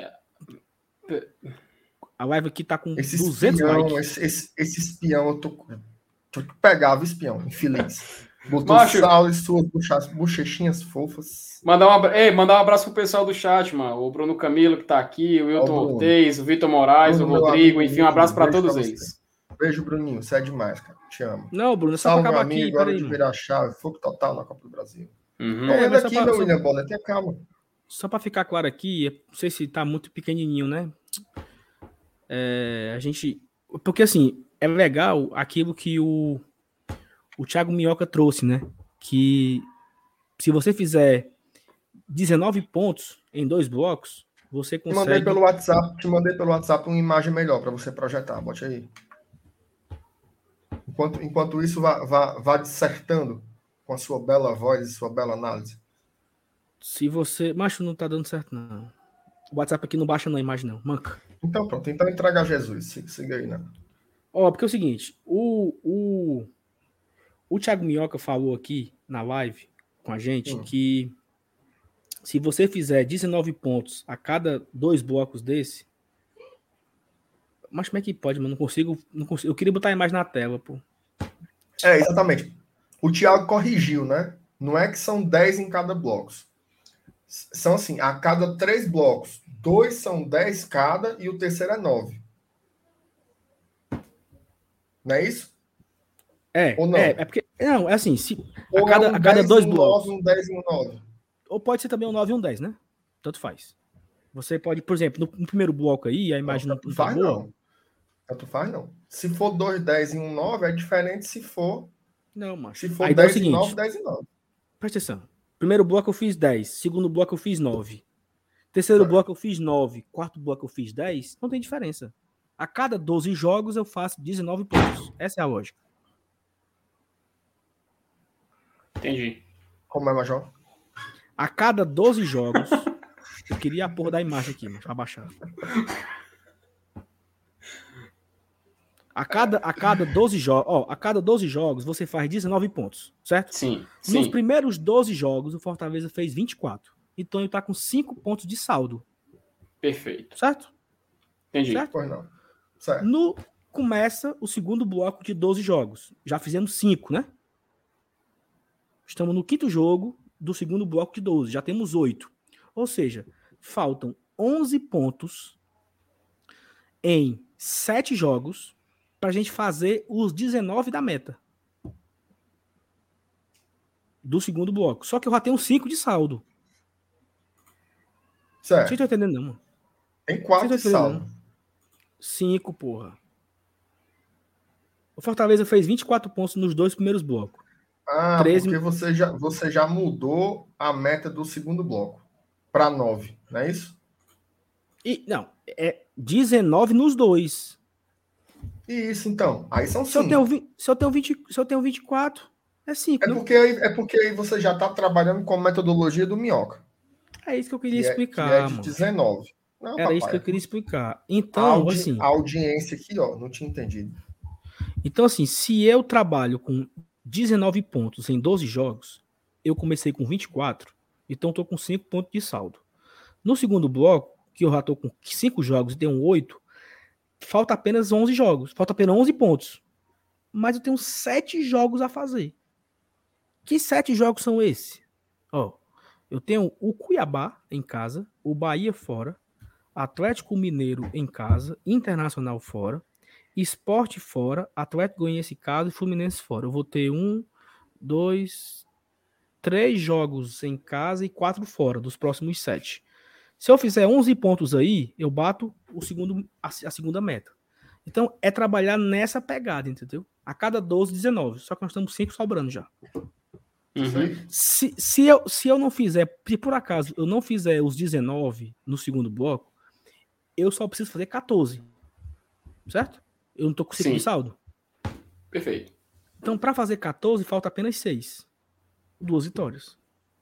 A live aqui tá com 200 likes. Esse espião, eu tô pegava o espião, infeliz. Botou sal e suas bochechinhas fofas. Mandar um abraço pro pessoal do chat, mano. O Bruno Camilo, que tá aqui, o Wilton Ortiz, o Vitor Moraes, o Rodrigo, enfim, um abraço para todos eles. Beijo, Bruninho. Você é demais, cara. Te amo. Não, Bruno, só para acabar aqui. Agora de virar a chave, fogo total na Copa do Brasil. Uhum. Aqui, meu William Bonner, tenha calma. Só para ficar claro aqui, não sei se tá muito pequenininho, né? A gente... Porque, assim, é legal aquilo que o Thiago Minhoca trouxe, né? Que se você fizer 19 pontos em 2 blocos, você consegue... Te mandei pelo WhatsApp uma imagem melhor para você projetar. Bote aí. Enquanto isso, vá dissertando com a sua bela voz e sua bela análise. Se você... Macho, não tá dando certo, não. O WhatsApp aqui não baixa na imagem, não. Manca. Então, pronto. Então, entrega a Jesus. Siga aí, né? Porque é o seguinte. O Thiago Minhoca falou aqui na live com a gente que se você fizer 19 pontos a cada 2 blocos desse... Mas como é que pode, mano? Não consigo. Eu queria botar a imagem na tela, pô. Exatamente. O Thiago corrigiu, né? Não é que são 10 em cada bloco. São assim, a cada 3 blocos, 2 são 10 cada e o terceiro é 9. Não é isso? Ou não? É porque... Não, é assim, se a cada 2 blocos... 9, um 10 e um 9. Ou pode ser também um 9 e um 10, né? Tanto faz. Você pode, por exemplo, no primeiro bloco aí, a imagem não tá boa. Tanto faz, não. Se for 2, 10 e um 9, é diferente se for... Não, macho. Se for 10 e 9, 10 e 9. Presta atenção. Primeiro bloco eu fiz 10. Segundo bloco eu fiz 9. Terceiro bloco eu fiz 9. Quarto bloco eu fiz 10. Não tem diferença. A cada 12 jogos eu faço 19 pontos. Essa é a lógica. Entendi. Como é, Major? A cada 12 jogos... Eu queria a porra da imagem aqui, mas pra baixar. A cada 12 jogos, a cada 12 jogos você faz 19 pontos, certo? Sim. Nos primeiros 12 jogos o Fortaleza fez 24. Então ele tá com 5 pontos de saldo. Perfeito. Certo? Entendi. Certo? Pois não. Certo. Começa o segundo bloco de 12 jogos. Já fizemos 5, né? Estamos no 5º jogo do segundo bloco de 12. Já temos 8. Ou seja, faltam 11 pontos em 7 jogos para a gente fazer os 19 da meta. Do segundo bloco. Só que eu já tenho 5 de saldo. Certo. Vocês estão entendendo, não, mano? Tem 4 de saldo. 5, porra. O Fortaleza fez 24 pontos nos 2 primeiros blocos. 13... porque você já mudou a meta do segundo bloco para 9, não é isso? Não, é 19 nos 2. Isso, então. Aí são 5. Se eu tenho 24, é 5. É porque aí você já está trabalhando com a metodologia do Minhoca. É isso que eu queria explicar. Que é de 19. Não, Era papai, isso que eu queria explicar. Então, assim... A audiência aqui, ó, não tinha entendido. Então, assim, se eu trabalho com 19 pontos em 12 jogos, eu comecei com 24, então estou com 5 pontos de saldo. No segundo bloco, que eu já estou com 5 jogos e tenho 8, falta apenas 11 jogos, falta apenas 11 pontos. Mas eu tenho 7 jogos a fazer. Que 7 jogos são esses? Eu tenho o Cuiabá em casa, o Bahia fora, Atlético Mineiro em casa, Internacional fora, Sport fora, Atlético Goianiense em casa e Fluminense fora. Eu vou ter 3 jogos em casa e 4 fora, dos próximos 7. Se eu fizer 11 pontos aí, eu bato a segunda meta. Então, é trabalhar nessa pegada, entendeu? A cada 12, 19. Só que nós estamos 5 sobrando já. Uhum. Se eu não fizer, se por acaso eu não fizer os 19 no segundo bloco, eu só preciso fazer 14. Certo? Eu não tô com 5 de saldo. Perfeito. Então, para fazer 14, falta apenas 6. 2 vitórias.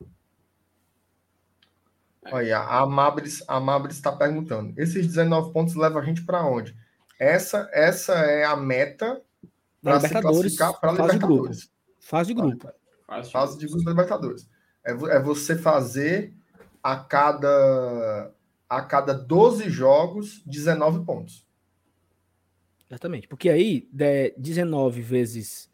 Olha, a Mabris está perguntando. Esses 19 pontos levam a gente para onde? Essa é a meta para se classificar para a Libertadores. Fase de grupo. Fase de grupo da Libertadores. É você fazer a cada 12 jogos 19 pontos. Exatamente. Porque aí 19 vezes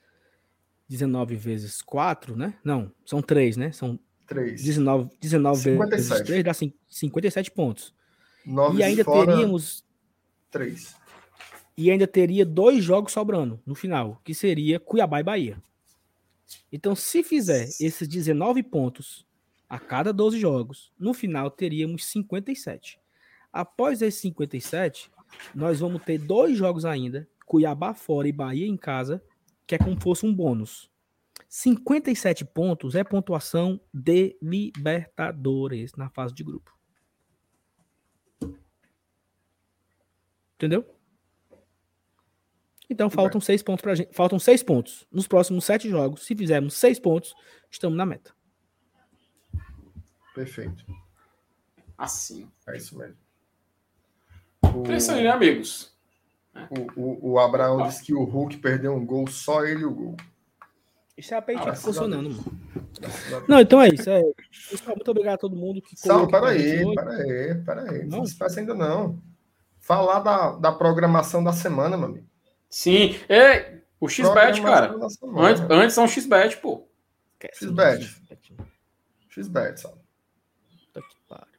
4, né? Não, são 3, né? São 3. 19 vezes 3 dá 57 pontos. 9 e ainda fora, teríamos 3. E ainda teria 2 jogos sobrando no final, que seria Cuiabá e Bahia. Então, se fizer esses 19 pontos a cada 12 jogos, no final teríamos 57. Após esses 57, nós vamos ter 2 jogos ainda, Cuiabá fora e Bahia em casa, que é como se fosse um bônus. 57 pontos é pontuação de Libertadores na fase de grupo. Entendeu? Então faltam 6 pontos pra gente. Faltam 6 pontos. Nos próximos 7 jogos, se fizermos 6 pontos, estamos na meta. Perfeito. Assim. É isso mesmo. Interessante, né, amigos? O Abraão disse que o Hulk perdeu um gol, só ele o gol. Isso é a peitinha funcionando, mano. Não, então é isso. Pessoal, muito obrigado a todo mundo que colocou. Peraí. Não se esquece ainda não. Falar da programação da semana, meu amigo. Sim, o XBet, cara. Antes é um XBet, pô. XBet, sabe? Puta que pariu.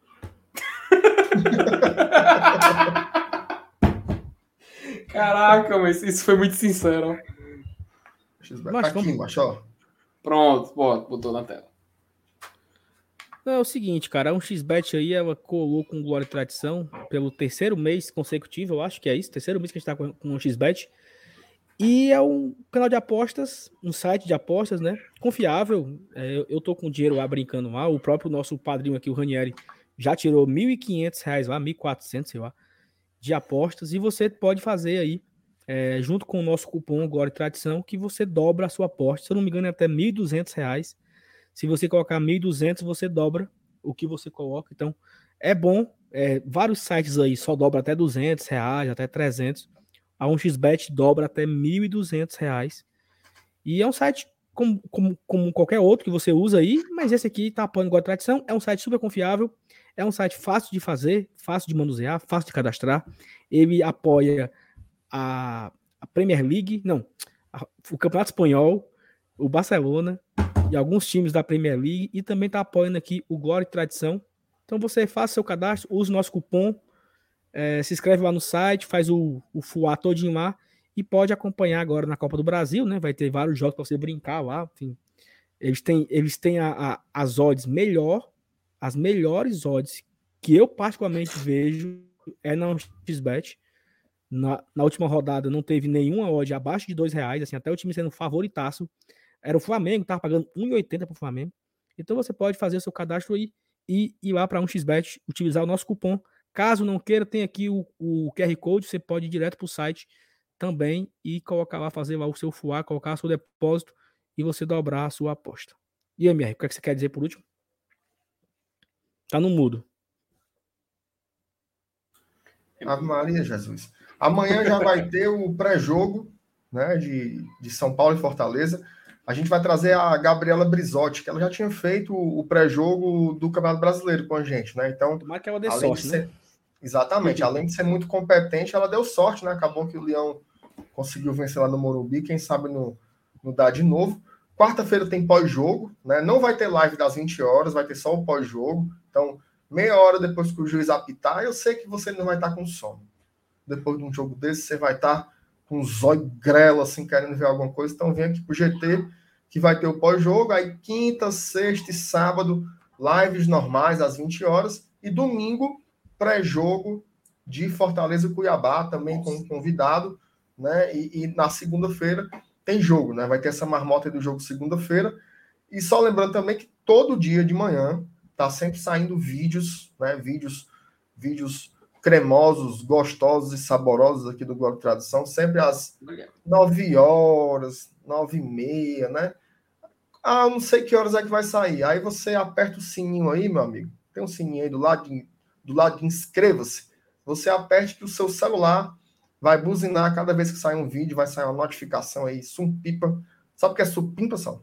Caraca, mas isso foi muito sincero. XBet. Mas aqui, macho. Pronto, botou na tela. Não, é o seguinte, cara, um XBet aí, ela colou com Glória e Tradição pelo 3º mês consecutivo, eu acho que é isso, 3º mês que a gente tá com um XBet. E é um canal de apostas, um site de apostas, né? Confiável. Eu tô com dinheiro lá brincando lá. O próprio nosso padrinho aqui, o Ranieri, já tirou R$1.500 lá, R$1.400, sei lá, de apostas. E você pode fazer aí, junto com o nosso cupom Glória e Tradição, que você dobra a sua aposta. Se eu não me engano, é até R$1.200. Se você colocar 1.200, você dobra o que você coloca. Então, é bom. Vários sites aí só dobra até R$200, até 300. A 1xBet dobra até R$1.200. E é um site como qualquer outro que você usa aí, mas esse aqui tá apoiando Glória e Tradição. É um site super confiável. É um site fácil de fazer, fácil de manusear, fácil de cadastrar. Ele apoia a Premier League, o Campeonato Espanhol, o Barcelona e alguns times da Premier League, e também está apoiando aqui o Glória e Tradição. Então você faça seu cadastro, use o nosso cupom, se inscreve lá no site, faz o fuá todinho lá e pode acompanhar agora na Copa do Brasil, né? Vai ter vários jogos para você brincar lá. Enfim. Eles têm as odds as melhores odds que eu particularmente vejo na XBet. Na última rodada não teve nenhuma odd abaixo de R$2, assim, até o time sendo favoritaço. Era o Flamengo, tava pagando R$1,80 pro Flamengo. Então você pode fazer o seu cadastro aí e ir lá para 1xBet, utilizar o nosso cupom. Caso não queira, tem aqui o QR Code, você pode ir direto pro site também e colocar lá, fazer lá o seu FUA, colocar o seu depósito e você dobrar a sua aposta. E aí, MR, o que você quer dizer por último? Tá no mudo. Ave Maria, Jesus. Amanhã já vai ter o pré-jogo, né, de São Paulo e Fortaleza. A gente vai trazer a Gabriela Brizotti, que ela já tinha feito o pré-jogo do Campeonato Brasileiro com a gente, né? Então, tomara que ela dê sorte, né? Exatamente. Além de ser muito competente, ela deu sorte, né? Acabou que o Leão conseguiu vencer lá no Morumbi. Quem sabe não dá de novo. Quarta-feira tem pós-jogo, né? Não vai ter live das 20 horas, vai ter só o pós-jogo. Então, meia hora depois que o juiz apitar, eu sei que você não vai estar com sono. Depois de um jogo desse, você vai estar com os olhos grelo, assim, querendo ver alguma coisa. Então, vem aqui pro GT, que vai ter o pós-jogo. Aí, quinta, sexta e sábado, lives normais às 20 horas. E domingo, pré-jogo de Fortaleza e Cuiabá, também com um convidado, né? E na segunda-feira tem jogo, né? Vai ter essa marmota do jogo segunda-feira. E só lembrando também que todo dia de manhã tá sempre saindo vídeos, né? Vídeos cremosos, gostosos e saborosos aqui do Glória e Tradição, sempre às 9 horas, 9h30, né? Ah, eu não sei que horas é que vai sair. Aí você aperta o sininho aí, meu amigo. Tem um sininho aí do lado de inscreva-se. Você aperte que o seu celular vai buzinar cada vez que sai um vídeo, vai sair uma notificação aí, supimpa. Sabe o que é supimpa, Sal?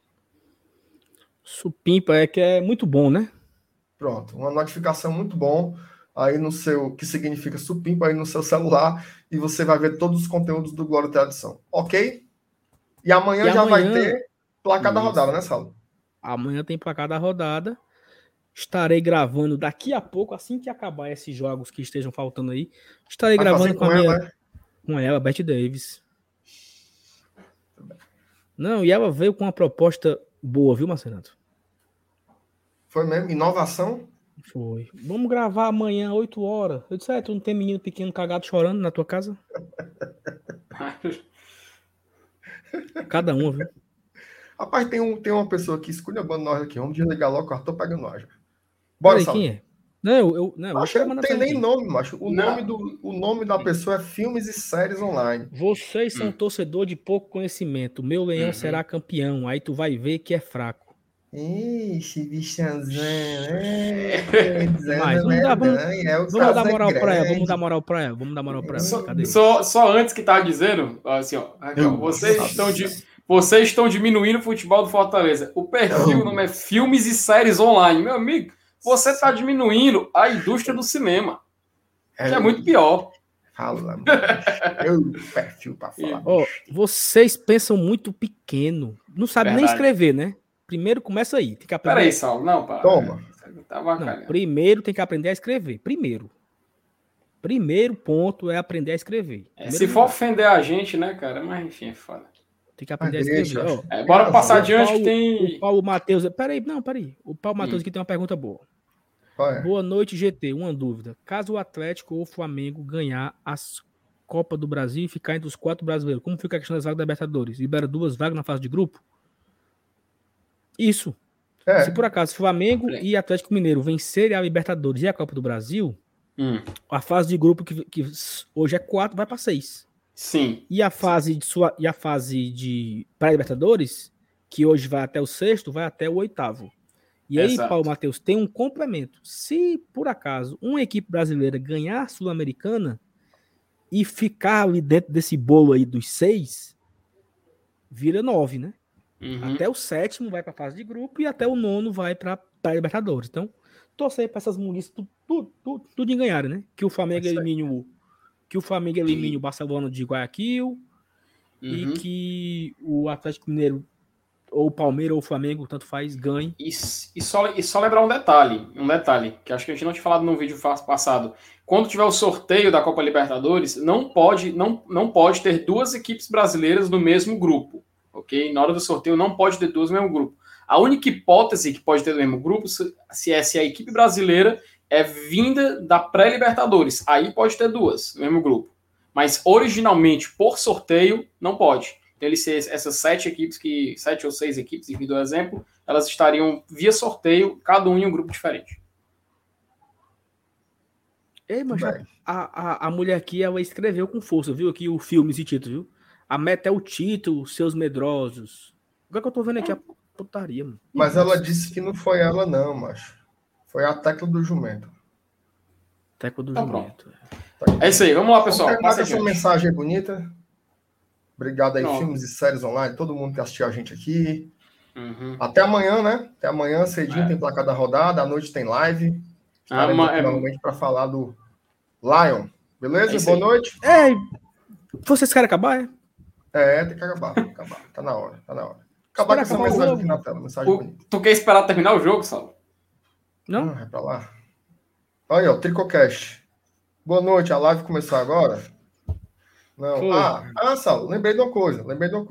Supimpa é que é muito bom, né? Pronto, uma notificação muito bom aí no seu, que significa supimpa aí no seu celular, e você vai ver todos os conteúdos do Glória e Tradição, ok? E amanhã já vai ter placar da rodada, né, Saulo? Amanhã tem placar da rodada. Estarei gravando daqui a pouco, assim que acabar esses jogos que estejam faltando aí. Estarei Vai gravando com ela, né? Com ela, Beth Davis. Não, e ela veio com uma proposta boa, viu, Marcelo? Foi mesmo? Inovação? Foi. Vamos gravar amanhã, 8 horas. Eu disse, tu não tem menino pequeno cagado chorando na tua casa? Cada uma, viu? Rapaz, tem uma pessoa aqui esculhambando nós aqui. Vamos desligar logo, eu tô pegando nós. Bora, Peraí, quem é? Não, não tem nem nome, macho. O nome da pessoa é Filmes e Séries Online. Vocês são torcedor de pouco conhecimento. Meu leão será campeão. Aí tu vai ver que é fraco. Ixi, bichãozão. Vamos dar moral pra ela. Vamos dar moral pra ela. Cadê? Só antes que tá dizendo, assim, ó, vocês estão diminuindo o futebol do Fortaleza. O perfil, o nome é Filmes e Séries Online. Meu amigo, você tá diminuindo a indústria do cinema. Que é muito pior. Fala, eu perfil pra falar. Vocês pensam muito pequeno. Não sabe nem escrever, né? Primeiro começa aí. Tem que aprender. Peraí, Saulo. Não, pá. Toma. Não, primeiro tem que aprender a escrever. Primeiro ponto é aprender a escrever. Se for ofender a gente, né, cara? Mas enfim, é foda. Tem que aprender a escrever. Bora passar adiante que tem... O Paulo Matheus... Peraí. O Paulo Matheus aqui tem uma pergunta boa. Boa noite, GT. Uma dúvida. Caso o Atlético ou o Flamengo ganhar as Copa do Brasil e ficar entre os 4 brasileiros, como fica a questão das vagas da Libertadores? Libera 2 vagas na fase de grupo? Isso. Se por acaso Flamengo e Atlético Mineiro vencerem a Libertadores e a Copa do Brasil, a fase de grupo que hoje é 4 vai para 6. Sim. E a fase de pré-Libertadores, que hoje vai até o 6º, vai até o 8º. E aí, Paulo Matheus, tem um complemento. Se por acaso uma equipe brasileira ganhar a Sul-Americana e ficar ali dentro desse bolo aí dos 6, vira 9, né? Até o 7º vai para a fase de grupo e até o 9º vai para a Libertadores. Então, torcer para essas munições tudo em ganharem, né? Que o Flamengo elimine o Barcelona de Guayaquil e que o Atlético Mineiro ou o Palmeiras ou o Flamengo, tanto faz, ganhe. E só lembrar um detalhe, que acho que a gente não tinha falado no vídeo passado. Quando tiver o sorteio da Copa Libertadores, não pode ter 2 equipes brasileiras no mesmo grupo. Ok? Na hora do sorteio não pode ter 2 no mesmo grupo. A única hipótese que pode ter no mesmo grupo se a equipe brasileira é vinda da pré-Libertadores. Aí pode ter 2 no mesmo grupo. Mas originalmente, por sorteio, não pode. Então, essas 7 ou 6 equipes, enfim, do exemplo, elas estariam via sorteio, cada um em um grupo diferente. Ei, mas a mulher aqui, ela escreveu com força, viu? Aqui o filme, esse título, viu? A meta é o título, seus medrosos. Agora que eu tô vendo aqui a putaria, mano. Mas ela disse que não foi ela, não, macho. Foi a tecla do jumento. Tecla do jumento. É isso aí, vamos lá, pessoal. Passa essa mensagem bonita. Obrigado aí, Filmes e Séries Online, todo mundo que assistiu a gente aqui. Até amanhã, né? Até amanhã, cedinho, tem placar da rodada, à noite tem live. Finalmente para falar do Lion. Beleza? Boa noite. Vocês querem acabar, tem que acabar. Tá na hora. Acabar com essa mensagem aqui na tela, mensagem bonita. Tu quer esperar terminar o jogo, Saulo? Não? É pra lá. Olha aí, ó, Tricocast. Boa noite, a live começou agora? Não. Saulo, lembrei de uma coisa.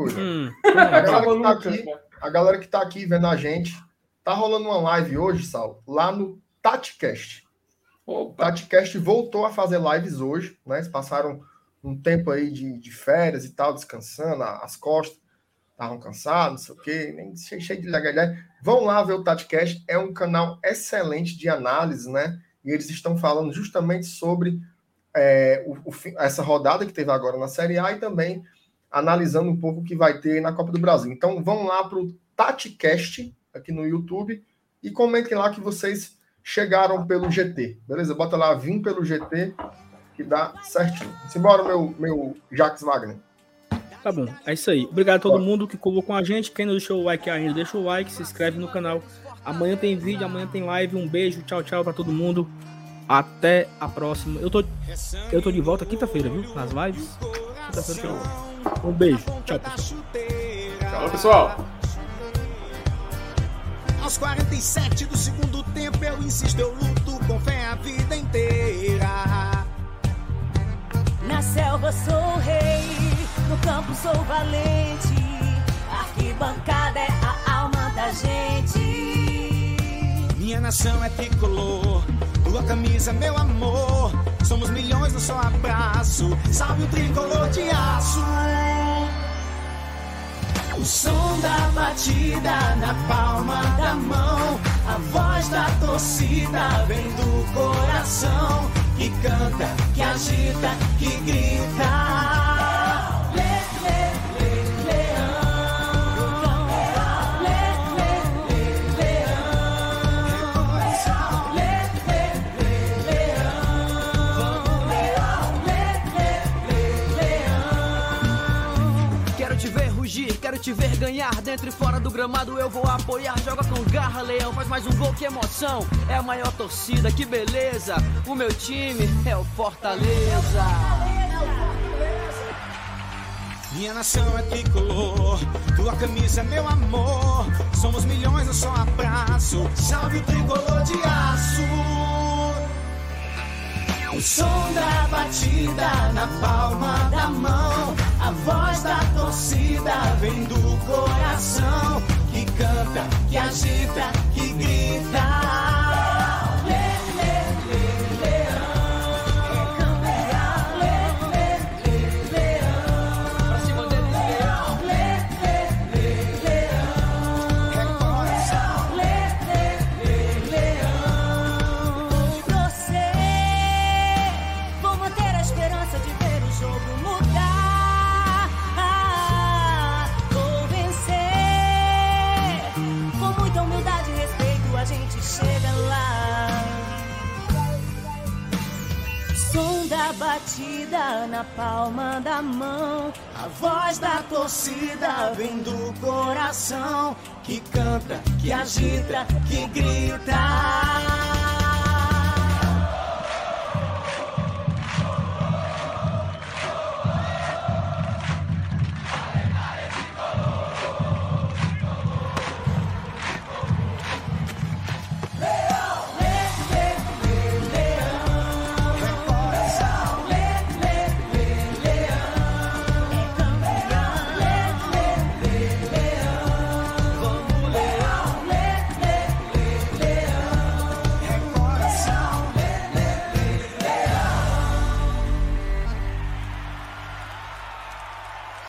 A galera que tá aqui vendo a gente, tá rolando uma live hoje, Saulo, lá no TatiCast. O TatiCast voltou a fazer lives hoje, né? Eles passaram um tempo aí de férias e tal, descansando, as costas estavam cansados, não sei o quê, nem cheio de legalidade. Vão lá ver o TatiCast, é um canal excelente de análise, né? E eles estão falando justamente sobre essa rodada que teve agora na Série A e também analisando um pouco o que vai ter na Copa do Brasil. Então vão lá para o TatiCast aqui no YouTube e comentem lá que vocês chegaram pelo GT, beleza? Bota lá, vim pelo GT, que dá certinho. Simbora, meu Jacques Wagner. Tá bom, é isso aí. Obrigado a todo mundo que colocou com a gente. Quem não deixou o like ainda, deixa o like, se inscreve no canal. Amanhã tem vídeo, amanhã tem live. Um beijo, tchau pra todo mundo. Até a próxima. Eu tô de volta quinta-feira, viu? Nas lives. Quinta-feira eu volto. Um beijo, tchau, pessoal. Tchau, pessoal. Aos 47 do segundo tempo eu insisto, eu luto com fé a vida inteira. Na selva sou rei, no campo sou valente. A arquibancada é a alma da gente. Minha nação é tricolor, tua camisa meu amor. Somos milhões no seu abraço, salve o tricolor de aço. O som da batida na palma da mão, a voz da torcida vem do coração, que canta, que agita, que grita. Quero te ver ganhar dentro e fora do gramado, eu vou apoiar. Joga com garra, Leão, faz mais um gol, que emoção. É a maior torcida, que beleza. O meu time é o Fortaleza. Minha nação é tricolor, tua camisa é meu amor. Somos milhões, eu só abraço, salve o tricolor de aço. O som da batida na palma da mão, a voz da torcida vem do coração, que canta, que agita, que grita. Batida na palma da mão, a voz da torcida vem do coração, que canta, que agita, que grita.